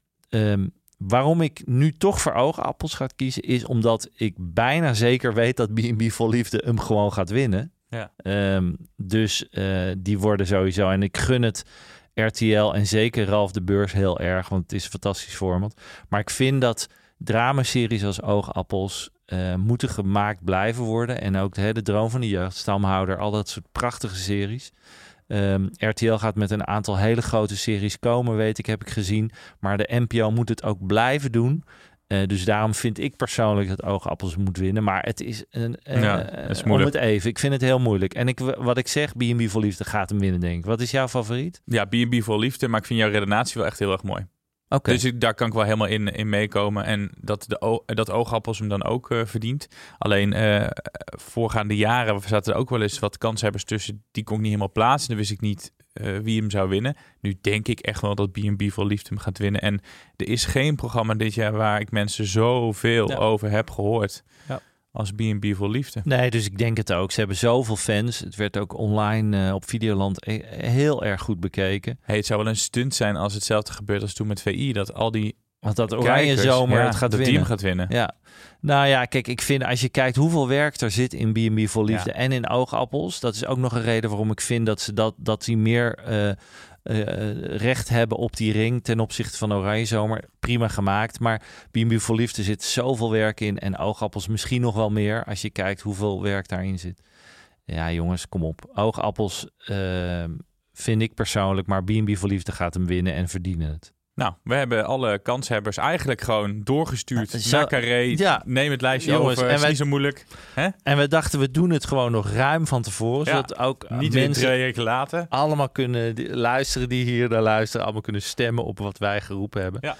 Um, waarom ik nu toch voor Oogappels ga kiezen, is omdat ik bijna zeker weet dat B en B Vol Liefde hem gewoon gaat winnen. Ja. Um, dus uh, die worden sowieso, en ik gun het R T L en zeker Ralf de Beurs heel erg, want het is een fantastisch format. Maar ik vind dat dramaseries als Oogappels uh, moeten gemaakt blijven worden. En ook de, de Droom van de Jeugd, Stamhouder, al dat soort prachtige series. Um, R T L gaat met een aantal hele grote series komen, weet ik, heb ik gezien. Maar de N P O moet het ook blijven doen. Uh, dus daarom vind ik persoonlijk dat Oogappels moet winnen. Maar het is een uh, ja, het is om het even. Ik vind het heel moeilijk. En ik, wat ik zeg, B en B Vol Liefde gaat hem winnen, denk ik. Wat is jouw favoriet? Ja, B en B Vol Liefde, maar ik vind jouw redenatie wel echt heel erg mooi. Okay. Dus ik, daar kan ik wel helemaal in, in meekomen. En dat, de o- dat Oogappels hem dan ook uh, verdient. Alleen uh, voorgaande jaren zaten er ook wel eens wat kanshebbers tussen. Die kon ik niet helemaal plaatsen. Dan wist ik niet uh, wie hem zou winnen. Nu denk ik echt wel dat B en B Vol Liefde hem gaat winnen. En er is geen programma dit jaar waar ik mensen zoveel ja. over heb gehoord. Ja. Als B en B Vol Liefde. Nee, dus ik denk het ook. Ze hebben zoveel fans. Het werd ook online uh, op Videoland e- heel erg goed bekeken. Hey, het zou wel een stunt zijn als hetzelfde gebeurt als toen met V I. Dat al die Want dat Oranje Zomer ja, het gaat dat winnen. team gaat winnen. Ja. Nou ja, kijk, ik vind als je kijkt hoeveel werk er zit in B en B Vol Liefde ja. en in Oogappels. Dat is ook nog een reden waarom ik vind dat ze dat, dat die meer uh, uh, recht hebben op die ring ten opzichte van Oranje Zomer. Prima gemaakt, maar B en B Vol Liefde zit zoveel werk in en Oogappels misschien nog wel meer als je kijkt hoeveel werk daarin zit. Ja, jongens, kom op. Oogappels uh, vind ik persoonlijk, maar B en B Vol Liefde gaat hem winnen en verdienen het. Nou, we hebben alle kanshebbers eigenlijk gewoon doorgestuurd ja, zo, naar Carré. Ja. Neem het lijstje jongens, over, het is wij, niet zo moeilijk. Hè? En we dachten, we doen het gewoon nog ruim van tevoren. Ja, zodat ook niet mensen twee weken later allemaal kunnen die, luisteren, die hier naar luisteren. Allemaal kunnen stemmen op wat wij geroepen hebben. Ja.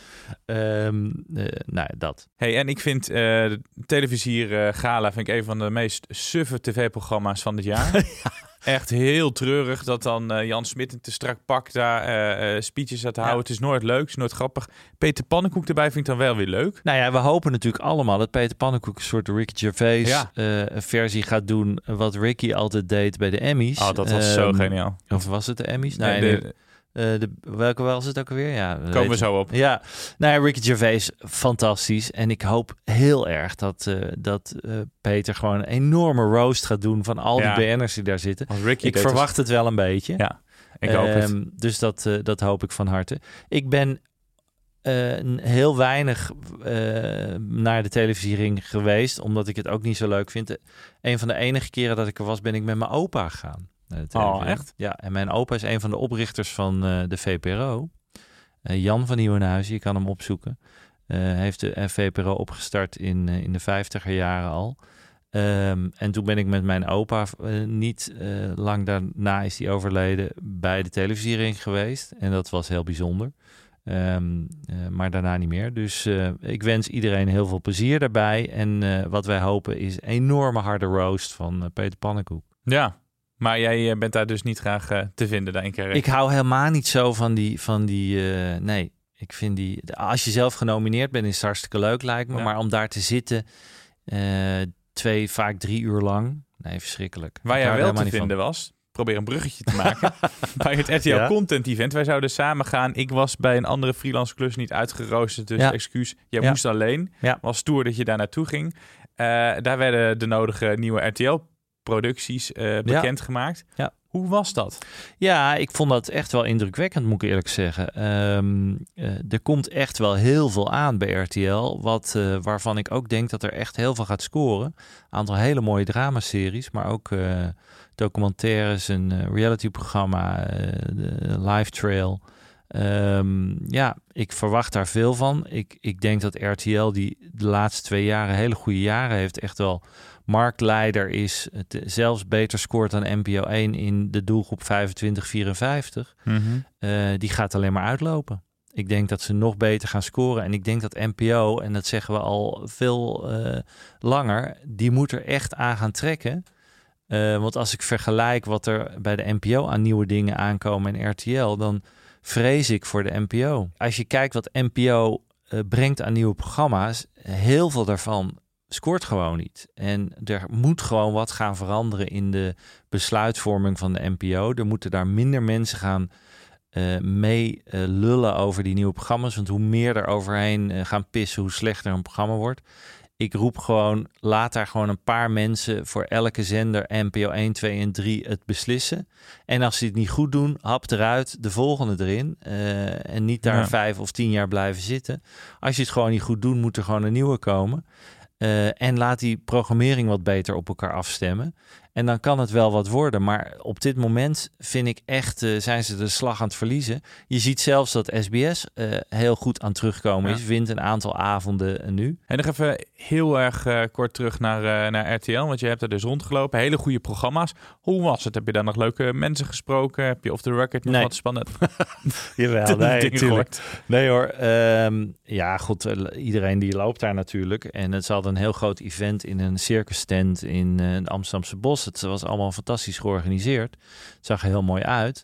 Um, uh, nou, dat. Hey, en ik vind uh, de Televisier uh, Gala vind ik een van de meest suffe tv-programma's van dit jaar. ja. Echt heel treurig dat dan uh, Jan Smit in te strak pak daar uh, uh, speeches gaat houden. Ja. Het is nooit leuk, het is nooit grappig. Peter Pannenkoek erbij vind ik dan wel weer leuk. Nou ja, we hopen natuurlijk allemaal dat Peter Pannenkoek een soort Ricky Gervais ja. uh, versie gaat doen. Wat Ricky altijd deed bij de Emmys. Oh, dat was um, zo geniaal. Of was het de Emmys? Nee, nee de, de, uh, de, welke was het ook alweer? Ja, komen we zo op. Ja, nou ja, Ricky Gervais, fantastisch. En ik hoop heel erg dat, uh, dat uh, Peter gewoon een enorme roast gaat doen van al die ja. B N'ers die daar zitten. Ik verwacht dus het wel een beetje. Ja, ik hoop um, het. Dus dat, uh, dat hoop ik van harte. Ik ben uh, heel weinig uh, naar de televisiering geweest, omdat ik het ook niet zo leuk vind. Een van de enige keren dat ik er was, ben ik met mijn opa gegaan. Oh, echt? Ja, en mijn opa is een van de oprichters van uh, de V P R O. Uh, Jan van Nieuwenhuizen, je kan hem opzoeken. Uh, heeft de V P R O opgestart in, uh, in de vijftiger jaren al. Um, en toen ben ik met mijn opa, uh, niet uh, lang daarna is hij overleden, bij de televisiering geweest. En dat was heel bijzonder. Um, uh, maar daarna niet meer. Dus uh, ik wens iedereen heel veel plezier daarbij. En uh, wat wij hopen is een enorme harde roast van uh, Peter Pannenkoek. Ja. Maar jij bent daar dus niet graag uh, te vinden, denk ik. Ik hou helemaal niet zo van die... Van die uh, nee, ik vind die... Als je zelf genomineerd bent, is het hartstikke leuk, lijkt me. Ja. Maar om daar te zitten, uh, twee, vaak drie uur lang... Nee, verschrikkelijk. Waar jij wel te vinden van. was... Probeer een bruggetje te maken. Bij het R T L ja. Content Event. Wij zouden samen gaan. Ik was bij een andere freelance klus niet uitgeroosterd. Dus ja. excuus. Jij ja. moest alleen. Ja. Was stoer dat je daar naartoe ging. Uh, daar werden de nodige nieuwe R T L producties uh, bekendgemaakt. Ja. Ja. Hoe was dat? Ja, ik vond dat echt wel indrukwekkend, moet ik eerlijk zeggen. Um, uh, er komt echt wel heel veel aan bij R T L, wat, uh, waarvan ik ook denk dat er echt heel veel gaat scoren. Een aantal hele mooie dramaseries, maar ook uh, documentaires, een uh, realityprogramma, uh, de Live Trail. Um, ja, ik verwacht daar veel van. Ik, ik denk dat R T L die de laatste twee jaren hele goede jaren heeft. Echt wel marktleider is. Het zelfs beter scoort dan N P O één in de doelgroep vijfentwintig vierenvijftig. Mm-hmm. Uh, die gaat alleen maar uitlopen. Ik denk dat ze nog beter gaan scoren. En ik denk dat N P O, en dat zeggen we al veel uh, langer, die moet er echt aan gaan trekken. Uh, want als ik vergelijk wat er bij de N P O aan nieuwe dingen aankomen en R T L, dan vrees ik voor de N P O. Als je kijkt wat N P O uh, brengt aan nieuwe programma's, heel veel daarvan scoort gewoon niet. En er moet gewoon wat gaan veranderen in de besluitvorming van de N P O. Er moeten daar minder mensen gaan uh, mee uh, lullen over die nieuwe programma's. Want hoe meer er overheen uh, gaan pissen, hoe slechter een programma wordt. Ik roep gewoon, laat daar gewoon een paar mensen voor elke zender N P O één, twee en drie het beslissen. En als ze het niet goed doen, hap eruit, de volgende erin. Uh, en niet daar ja. vijf of tien jaar blijven zitten. Als je het gewoon niet goed doet, moet er gewoon een nieuwe komen. Uh, en laat die programmering wat beter op elkaar afstemmen. En dan kan het wel wat worden. Maar op dit moment vind ik echt, uh, zijn ze de slag aan het verliezen. Je ziet zelfs dat S B S uh, heel goed aan terugkomen ja. is. Wint een aantal avonden nu. En nog even heel erg uh, kort terug naar, uh, naar R T L. Want je hebt er dus rondgelopen. Hele goede programma's. Hoe was het? Heb je daar nog leuke mensen gesproken? Heb je off the record nog nee. wat spannend? Jawel, nee, natuurlijk. Nee hoor. Um, ja, goed. Uh, iedereen die loopt daar natuurlijk. En het is altijd een heel groot event in een circus tent in uh, de Amsterdamse Bos. Het was allemaal fantastisch georganiseerd. Het zag er heel mooi uit.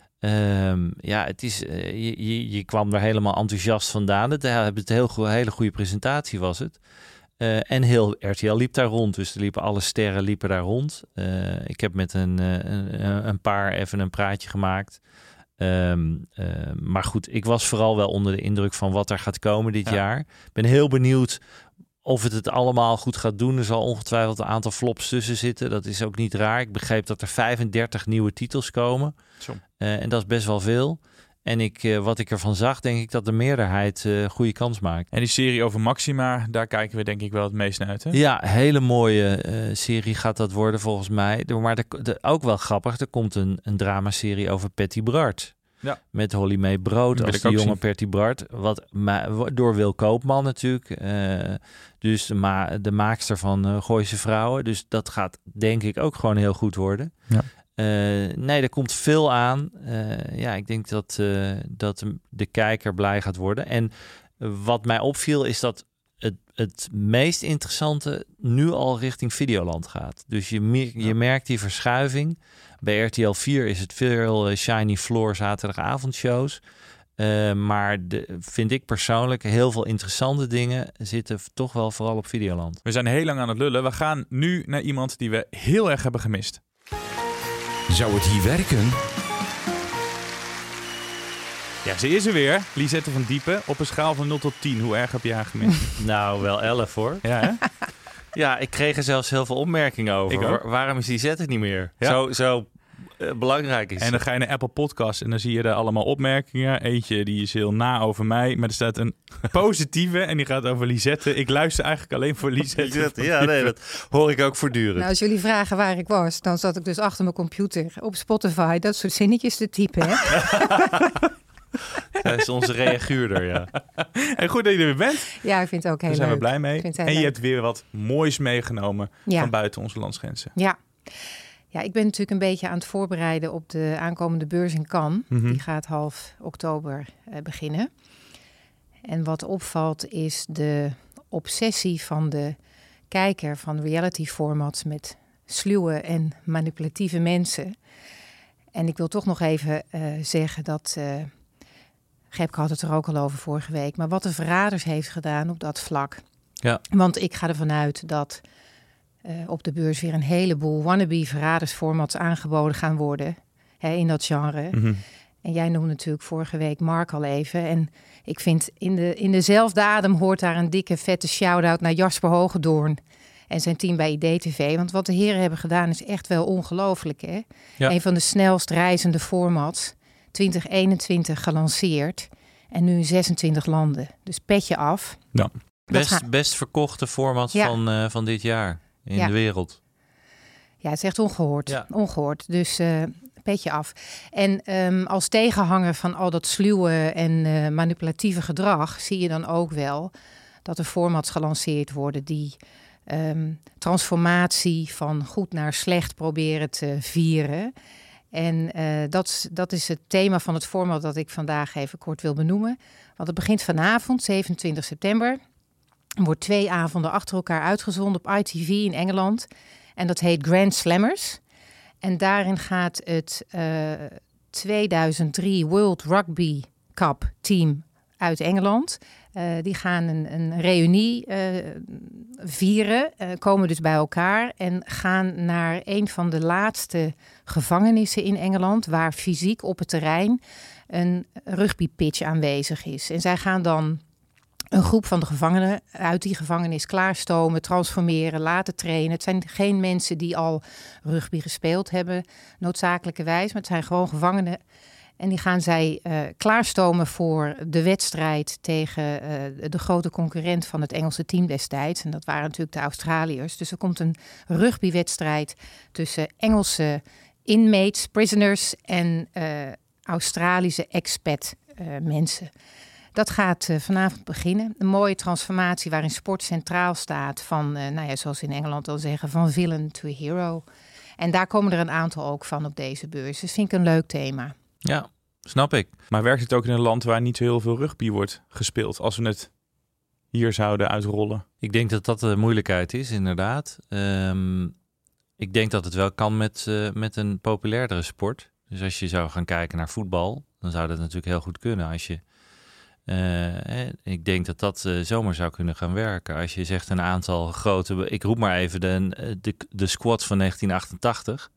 Um, ja, het is, uh, je, je, je kwam er helemaal enthousiast vandaan. Het, het een heel go- hele goede presentatie was het. Uh, en heel R T L liep daar rond. Dus er liepen alle sterren liepen daar rond. Uh, ik heb met een, uh, een, een paar even een praatje gemaakt. Um, uh, maar goed, ik was vooral wel onder de indruk van wat er gaat komen dit ja. jaar. Ik ben heel benieuwd of het het allemaal goed gaat doen. Er zal ongetwijfeld een aantal flops tussen zitten. Dat is ook niet raar. Ik begreep dat er vijfendertig nieuwe titels komen. Uh, en dat is best wel veel. En ik, uh, wat ik ervan zag, denk ik dat de meerderheid uh, goede kans maakt. En die serie over Maxima, daar kijken we denk ik wel het meest naar uit. Hè? Ja, hele mooie uh, serie gaat dat worden volgens mij. Maar de, de, ook wel grappig, er komt een, een dramaserie over Patty Bart. Ja. Met Holly May Brood als de jonge Patty Bart. Wat ma- door Wil Koopman natuurlijk. Uh, dus de, ma- de maakster van uh, Gooise Vrouwen. Dus dat gaat denk ik ook gewoon heel goed worden. Ja. Uh, nee, er komt veel aan. Uh, ja, ik denk dat, uh, dat de kijker blij gaat worden. En wat mij opviel is dat het, het meest interessante nu al richting Videoland gaat. Dus je, me- je merkt die verschuiving. Bij R T L vier is het veel Shiny Floor zaterdagavondshows. Uh, maar de, vind ik persoonlijk heel veel interessante dingen zitten toch wel vooral op Videoland. We zijn heel lang aan het lullen. We gaan nu naar iemand die we heel erg hebben gemist. Zou het hier werken? Ja, ze is er weer. Lisette van Diepen. Op een schaal van nul tot tien. Hoe erg heb je haar gemist? Nou, wel elf hoor. Ja, hè? Ja, ik kreeg er zelfs heel veel opmerkingen over. Waar, waarom is Lisette niet meer? Ja. Zo, zo uh, belangrijk is. En dan ga je naar Apple Podcasts en dan zie je er allemaal opmerkingen. Eentje die is heel na over mij, maar er staat een positieve en die gaat over Lisette. Ik luister eigenlijk alleen voor Lisette. Lisette ja, nee, dat hoor ik ook voortdurend. Nou, als jullie vragen waar ik was, dan zat ik dus achter mijn computer op Spotify dat soort zinnetjes te typen, hè? Hij is onze reaguurder, ja. En goed dat je er weer bent. Ja, ik vind het ook heel leuk. Daar zijn we blij mee. En je leuk. hebt weer wat moois meegenomen ja. van buiten onze landsgrenzen. Ja. Ja, ik ben natuurlijk een beetje aan het voorbereiden op de aankomende beurs in Cannes. Mm-hmm. Die gaat half oktober uh, beginnen. En wat opvalt is de obsessie van de kijker van reality formats met sluwe en manipulatieve mensen. En ik wil toch nog even uh, zeggen dat Uh, Gepke had het er ook al over vorige week. Maar wat de Verraders heeft gedaan op dat vlak. Ja. Want ik ga ervan uit dat uh, op de beurs weer een heleboel wannabe Verradersformats aangeboden gaan worden. Hè, in dat genre. Mm-hmm. En jij noemde natuurlijk vorige week Mark al even. En ik vind in, de, in dezelfde adem hoort daar een dikke vette shout-out naar Jasper Hogedoorn en zijn team bij I D T V. Want wat de heren hebben gedaan is echt wel ongelooflijk. Hè? Ja. Een van de snelst reizende formats. twintig eenentwintig gelanceerd en nu in zesentwintig landen. Dus petje af. Ja. Best, ga... best verkochte format ja. van, uh, van dit jaar in ja. de wereld. Ja, het is echt ongehoord. Ja. ongehoord. Dus uh, petje af. En um, als tegenhanger van al dat sluwe en uh, manipulatieve gedrag zie je dan ook wel dat er formats gelanceerd worden die um, transformatie van goed naar slecht proberen te vieren. En uh, dat, dat is het thema van het format dat ik vandaag even kort wil benoemen. Want het begint vanavond, zevenentwintig september. Er wordt twee avonden achter elkaar uitgezonden op I T V in Engeland. En dat heet Grand Slammers. En daarin gaat het uh, tweeduizend drie World Rugby Cup team uit Engeland. Uh, die gaan een, een reunie uh, vieren, uh, komen dus bij elkaar en gaan naar een van de laatste gevangenissen in Engeland, waar fysiek op het terrein een rugbypitch aanwezig is. En zij gaan dan een groep van de gevangenen uit die gevangenis klaarstomen, transformeren, laten trainen. Het zijn geen mensen die al rugby gespeeld hebben, noodzakelijkerwijs, maar het zijn gewoon gevangenen. En die gaan zij uh, klaarstomen voor de wedstrijd tegen uh, de grote concurrent van het Engelse team destijds. En dat waren natuurlijk de Australiërs. Dus er komt een rugbywedstrijd tussen Engelse inmates, prisoners en uh, Australische expat uh, mensen. Dat gaat uh, vanavond beginnen. Een mooie transformatie waarin sport centraal staat van, uh, nou ja, zoals in Engeland al zeggen, van villain to hero. En daar komen er een aantal ook van op deze beurs. Dus vind ik een leuk thema. Ja, snap ik. Maar werkt het ook in een land waar niet zo heel veel rugby wordt gespeeld, als we het hier zouden uitrollen? Ik denk dat dat de moeilijkheid is, inderdaad. Um, ik denk dat het wel kan met, uh, met een populairdere sport. Dus als je zou gaan kijken naar voetbal, dan zou dat natuurlijk heel goed kunnen. Als je, uh, eh, ik denk dat dat uh, zomaar zou kunnen gaan werken. Als je zegt een aantal grote, ik roep maar even de, de, de squad van negentien achtentachtig...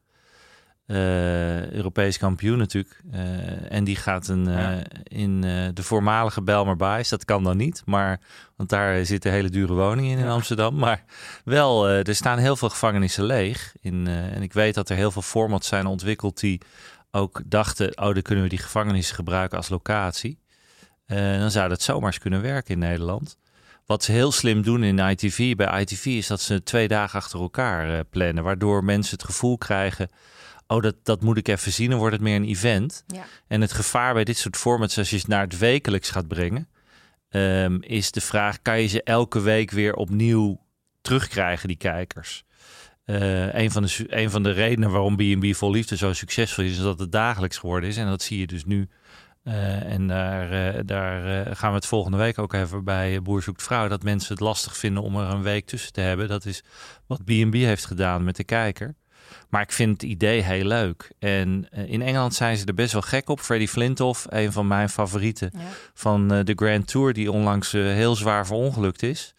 Uh, Europees kampioen natuurlijk. Uh, en die gaat een, uh, ja. in uh, de voormalige Belmer Baais. Dat kan dan niet, maar want daar zitten hele dure woningen in in ja. Amsterdam. Maar wel, uh, er staan heel veel gevangenissen leeg. In, uh, en ik weet dat er heel veel formats zijn ontwikkeld die ook dachten, oh, dan kunnen we die gevangenissen gebruiken als locatie. Uh, dan zou dat zomaar eens kunnen werken in Nederland. Wat ze heel slim doen in I T V, bij I T V, is dat ze twee dagen achter elkaar uh, plannen. Waardoor mensen het gevoel krijgen, oh, dat, dat moet ik even zien, dan wordt het meer een event. Ja. En het gevaar bij dit soort formats, als je het naar het wekelijks gaat brengen, um, is de vraag, kan je ze elke week weer opnieuw terugkrijgen, die kijkers? Uh, een, van de, een van de redenen waarom B en B Vol Liefde zo succesvol is, is dat het dagelijks geworden is. En dat zie je dus nu. Uh, en daar, uh, daar uh, gaan we het volgende week ook even bij Boer Zoekt Vrouw, dat mensen het lastig vinden om er een week tussen te hebben. Dat is wat B en B heeft gedaan met de kijker. Maar ik vind het idee heel leuk. En uh, in Engeland zijn ze er best wel gek op. Freddie Flintoff, een van mijn favorieten ja. van uh, de Grand Tour, die onlangs uh, heel zwaar verongelukt is.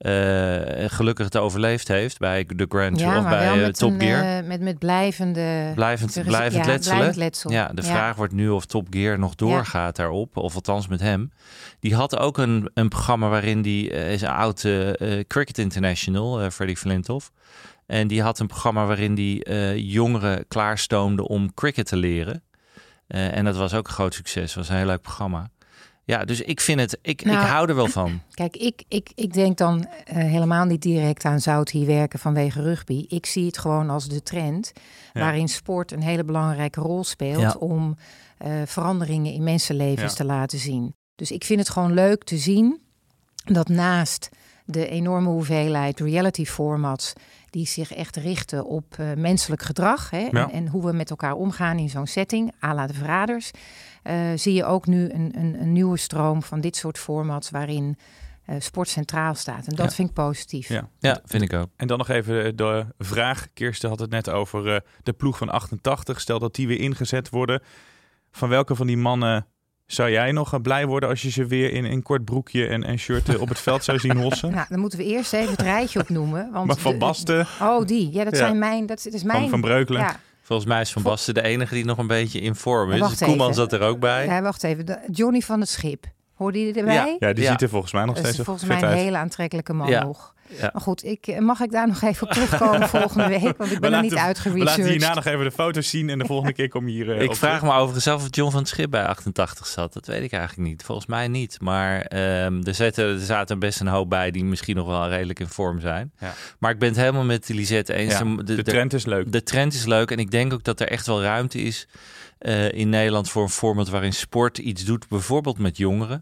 Uh, gelukkig het overleefd heeft bij de Grand Tour ja, of bij uh, Top een, Gear. Uh, met, met blijvende... Blijvend, rezi- blijvend, ja, letsel, blijvend letsel. Ja, de ja. vraag wordt nu of Top Gear nog doorgaat ja. daarop. Of althans met hem. Die had ook een, een programma waarin die uh, is een oud uh, uh, Cricket International, uh, Freddie Flintoff. En die had een programma waarin die uh, jongeren klaarstoomde om cricket te leren. Uh, en dat was ook een groot succes. Het was een heel leuk programma. Ja, dus ik vind het, ik, nou, ik hou er wel van. Kijk, ik, ik, ik denk dan uh, helemaal niet direct aan zou het hier werken vanwege rugby. Ik zie het gewoon als de trend ja. waarin sport een hele belangrijke rol speelt ja. om uh, veranderingen in mensenlevens ja. te laten zien. Dus ik vind het gewoon leuk te zien dat naast de enorme hoeveelheid reality formats die zich echt richten op uh, menselijk gedrag hè, ja. en, en hoe we met elkaar omgaan in zo'n setting, à la de Verraders, uh, zie je ook nu een, een, een nieuwe stroom van dit soort formats waarin uh, sport centraal staat. En dat ja. vind ik positief. Ja. ja, vind ik ook. En dan nog even de vraag. Kirsten had het net over uh, de ploeg van achtentachtig. Stel dat die weer ingezet worden. Van welke van die mannen zou jij nog blij worden als je ze weer in een kort broekje en, en shirt op het veld zou zien hossen? Nou, dan moeten we eerst even het rijtje opnoemen. Want maar Van Basten? Oh, die. Ja, dat ja. zijn mijn... Dat, dat is mijn van, van Breukelen? Ja. Volgens mij is Van Basten de enige die nog een beetje in vorm is. Ja, Koeman zat er ook bij. Ja, wacht even. De, Johnny van het Schip. Hoorde je erbij? Ja, ja die ja. ziet er volgens mij nog dat steeds is volgens vet mij een uit. hele aantrekkelijke man ja. nog. Ja. Maar goed, ik, mag ik daar nog even op terugkomen volgende week? Want ik ben er niet uitgeresearched. We laten hierna nog even de foto's zien en de volgende keer kom je hier uh, Ik op vraag terug. me overigens af of John van het Schip bij achtentachtig zat. Dat weet ik eigenlijk niet. Volgens mij niet. Maar um, er, zaten, er zaten best een hoop bij die misschien nog wel redelijk in vorm zijn. Ja. Maar ik ben het helemaal met Lisette eens. Ja, de, de trend is leuk. De trend is leuk en ik denk ook dat er echt wel ruimte is uh, in Nederland voor een format waarin sport iets doet, bijvoorbeeld met jongeren.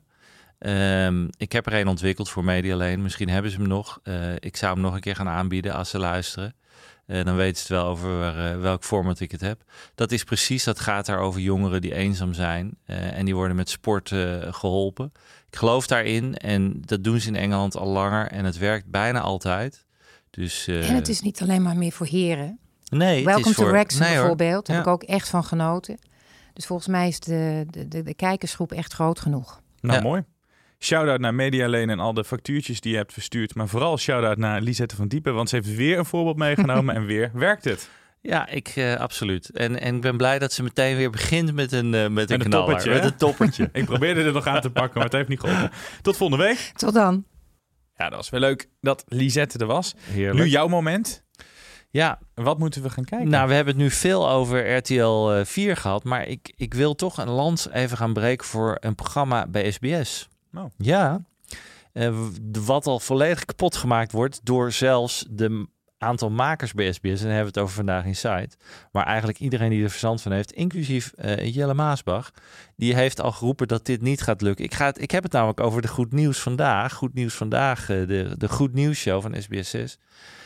Um, ik heb er een ontwikkeld voor Medialane. Misschien hebben ze hem nog. Uh, ik zou hem nog een keer gaan aanbieden als ze luisteren. Uh, dan weten ze het wel over uh, welk format ik het heb. Dat is precies, dat gaat daar over jongeren die eenzaam zijn. Uh, en die worden met sport uh, geholpen. Ik geloof daarin en dat doen ze in Engeland al langer. En het werkt bijna altijd. Dus, uh, en het is niet alleen maar meer voor heren. Nee, Welcome het is to voor... Wrexham nee, bijvoorbeeld. Daar ja. heb ik ook echt van genoten. Dus volgens mij is de, de, de, de kijkersgroep echt groot genoeg. Nou, ja. mooi. Shout-out naar Medialane en al de factuurtjes die je hebt verstuurd. Maar vooral shout-out naar Lisette van Diepen. Want ze heeft weer een voorbeeld meegenomen en weer werkt het. Ja, ik uh, absoluut. En, en ik ben blij dat ze meteen weer begint met een, uh, met een, een knaller. toppertje, met een toppertje. Ik probeerde er nog aan te pakken, maar het heeft niet geholpen. Tot volgende week. Tot dan. Ja, dat was wel leuk dat Lisette er was. Heerlijk. Nu jouw moment. Ja. Wat moeten we gaan kijken? Nou, we hebben het nu veel over R T L vier gehad. Maar ik, ik wil toch een lans even gaan breken voor een programma bij S B S. Oh. Ja. Uh, wat al volledig kapot gemaakt wordt door zelfs de aantal makers bij S B S. En dan hebben we het over Vandaag in Site. Maar eigenlijk iedereen die er verstand van heeft, inclusief uh, Jelle Maasbach, die heeft al geroepen dat dit niet gaat lukken. Ik, ga het, ik heb het namelijk over de Goed Nieuws Vandaag. Goed Nieuws Vandaag, uh, de, de Goed Nieuws Show van S B S zes.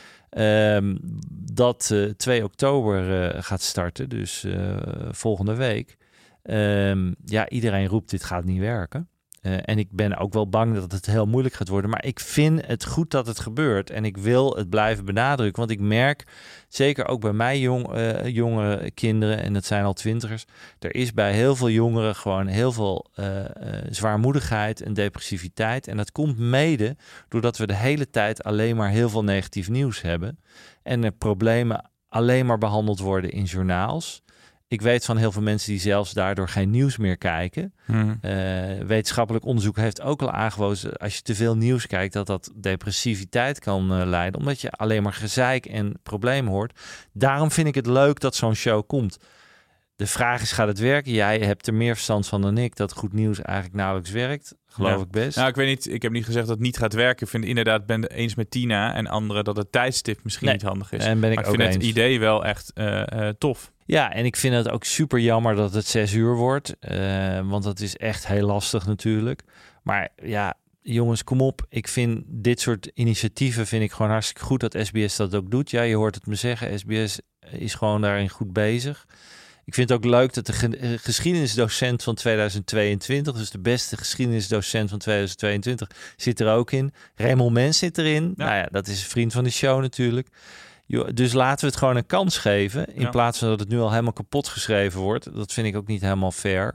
Um, dat uh, twee oktober uh, gaat starten, dus uh, volgende week. Um, ja, iedereen roept dit gaat niet werken. Uh, en ik ben ook wel bang dat het heel moeilijk gaat worden. Maar ik vind het goed dat het gebeurt. En ik wil het blijven benadrukken. Want ik merk, zeker ook bij mij jong, uh, jonge kinderen, en dat zijn al twintigers, er is bij heel veel jongeren gewoon heel veel uh, uh, zwaarmoedigheid en depressiviteit. En dat komt mede doordat we de hele tijd alleen maar heel veel negatief nieuws hebben. En er problemen alleen maar behandeld worden in journaals. Ik weet van heel veel mensen die zelfs daardoor geen nieuws meer kijken. Hmm. Uh, wetenschappelijk onderzoek heeft ook al aangewezen, als je te veel nieuws kijkt, dat dat depressiviteit kan uh, leiden. Omdat je alleen maar gezeik en problemen hoort. Daarom vind ik het leuk dat zo'n show komt. De vraag is, gaat het werken? Jij hebt er meer verstand van dan ik, dat goed nieuws eigenlijk nauwelijks werkt. Geloof ja. ik best. Nou, ik weet niet. Ik heb niet gezegd dat het niet gaat werken. Ik vind inderdaad, ben het eens met Tina en anderen dat het tijdstip misschien nee. niet handig is. En ben ik maar ik ook vind eens. het idee wel echt uh, uh, tof. Ja, en ik vind het ook super jammer dat het zes uur wordt. Uh, want dat is echt heel lastig natuurlijk. Maar ja, jongens, kom op. Ik vind dit soort initiatieven vind ik gewoon hartstikke goed dat S B S dat ook doet. Ja, je hoort het me zeggen. S B S is gewoon daarin goed bezig. Ik vind het ook leuk dat de ge- geschiedenisdocent van tweeduizend tweeëntwintig, dus de beste geschiedenisdocent van tweeduizend tweeëntwintig, zit er ook in. Raymond Mens zit erin. Ja. Nou ja, dat is een vriend van de show natuurlijk. Dus laten we het gewoon een kans geven. In ja. plaats van dat het nu al helemaal kapot geschreven wordt. Dat vind ik ook niet helemaal fair.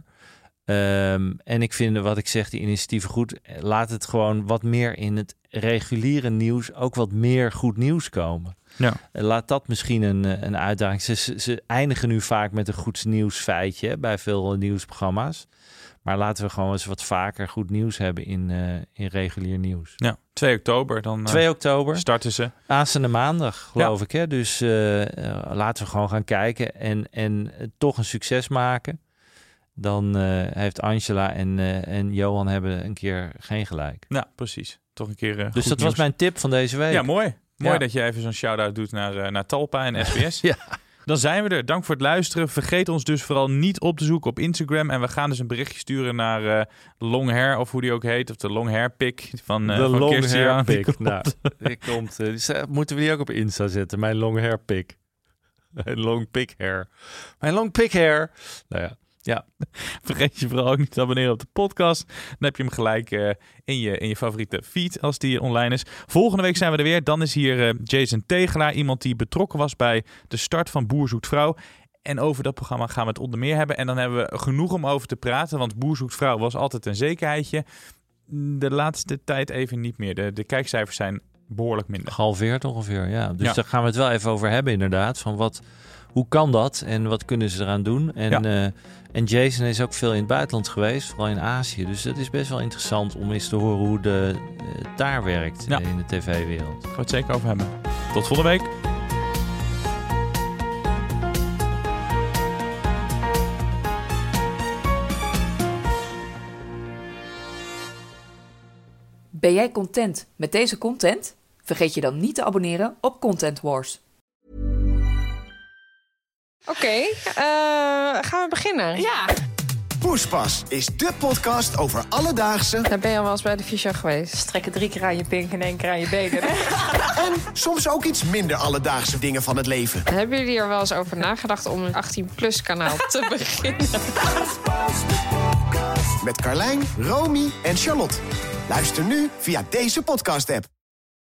Um, en ik vind, wat ik zeg, die initiatieven goed. Laat het gewoon wat meer in het reguliere nieuws ook wat meer goed nieuws komen. Ja. Laat dat misschien een, een uitdaging. Ze, ze, ze eindigen nu vaak met een goed nieuwsfeitje hè, bij veel nieuwsprogramma's. Maar laten we gewoon eens wat vaker goed nieuws hebben in, uh, in regulier nieuws. Ja, twee oktober dan uh, twee oktober starten ze. Aanstaande maandag, geloof ja. ik. Hè? Dus uh, uh, laten we gewoon gaan kijken en, en uh, toch een succes maken. Dan uh, heeft Angela en, uh, en Johan hebben een keer geen gelijk. Ja, precies. Toch een keer uh, Dus dat nieuws. was mijn tip van deze week. Ja, mooi. Mooi ja. dat je even zo'n shout-out doet naar, uh, naar Talpa en S B S. Ja. Dan zijn we er. Dank voor het luisteren. Vergeet ons dus vooral niet op te zoeken op Instagram. En we gaan dus een berichtje sturen naar uh, Long Hair, of hoe die ook heet. Of de Long Hair Pic van, uh, de van Long Hair Pic. Nou, die komt, uh, die moeten we die ook op Insta zetten. Mijn Long Hair Pic. Mijn Long Pic Hair. Mijn Long Pic Hair. Nou ja. Ja, vergeet je vooral ook niet te abonneren op de podcast. Dan heb je hem gelijk uh, in, je, in je favoriete feed als die online is. Volgende week zijn we er weer. Dan is hier uh, Jason Tegelaar, iemand die betrokken was bij de start van Boer Zoekt Vrouw. En over dat programma gaan we het onder meer hebben. En dan hebben we genoeg om over te praten, want Boer Zoekt Vrouw was altijd een zekerheidje. De laatste tijd even niet meer. De, de kijkcijfers zijn behoorlijk minder. Gehalveerd ongeveer, ja. Dus ja. daar gaan we het wel even over hebben inderdaad. Van wat... hoe kan dat en wat kunnen ze eraan doen? En, Ja. uh, en Jason is ook veel in het buitenland geweest, vooral in Azië. Dus het is best wel interessant om eens te horen hoe de, uh, daar werkt Ja. in de tv-wereld. Daar gaan we het zeker over hebben. Tot volgende week. Ben jij content met deze content? Vergeet je dan niet te abonneren op Content Wars. Oké, okay, uh, gaan we beginnen? Ja. Poespas is de podcast over alledaagse... Daar ben je al wel eens bij de fysio geweest. Strekken drie keer aan je pink en één keer aan je benen. en soms ook iets minder alledaagse dingen van het leven. Hebben jullie er wel eens over nagedacht om een achttien plus kanaal te beginnen? Met Carlijn, Romy en Charlotte. Luister nu via deze podcast-app.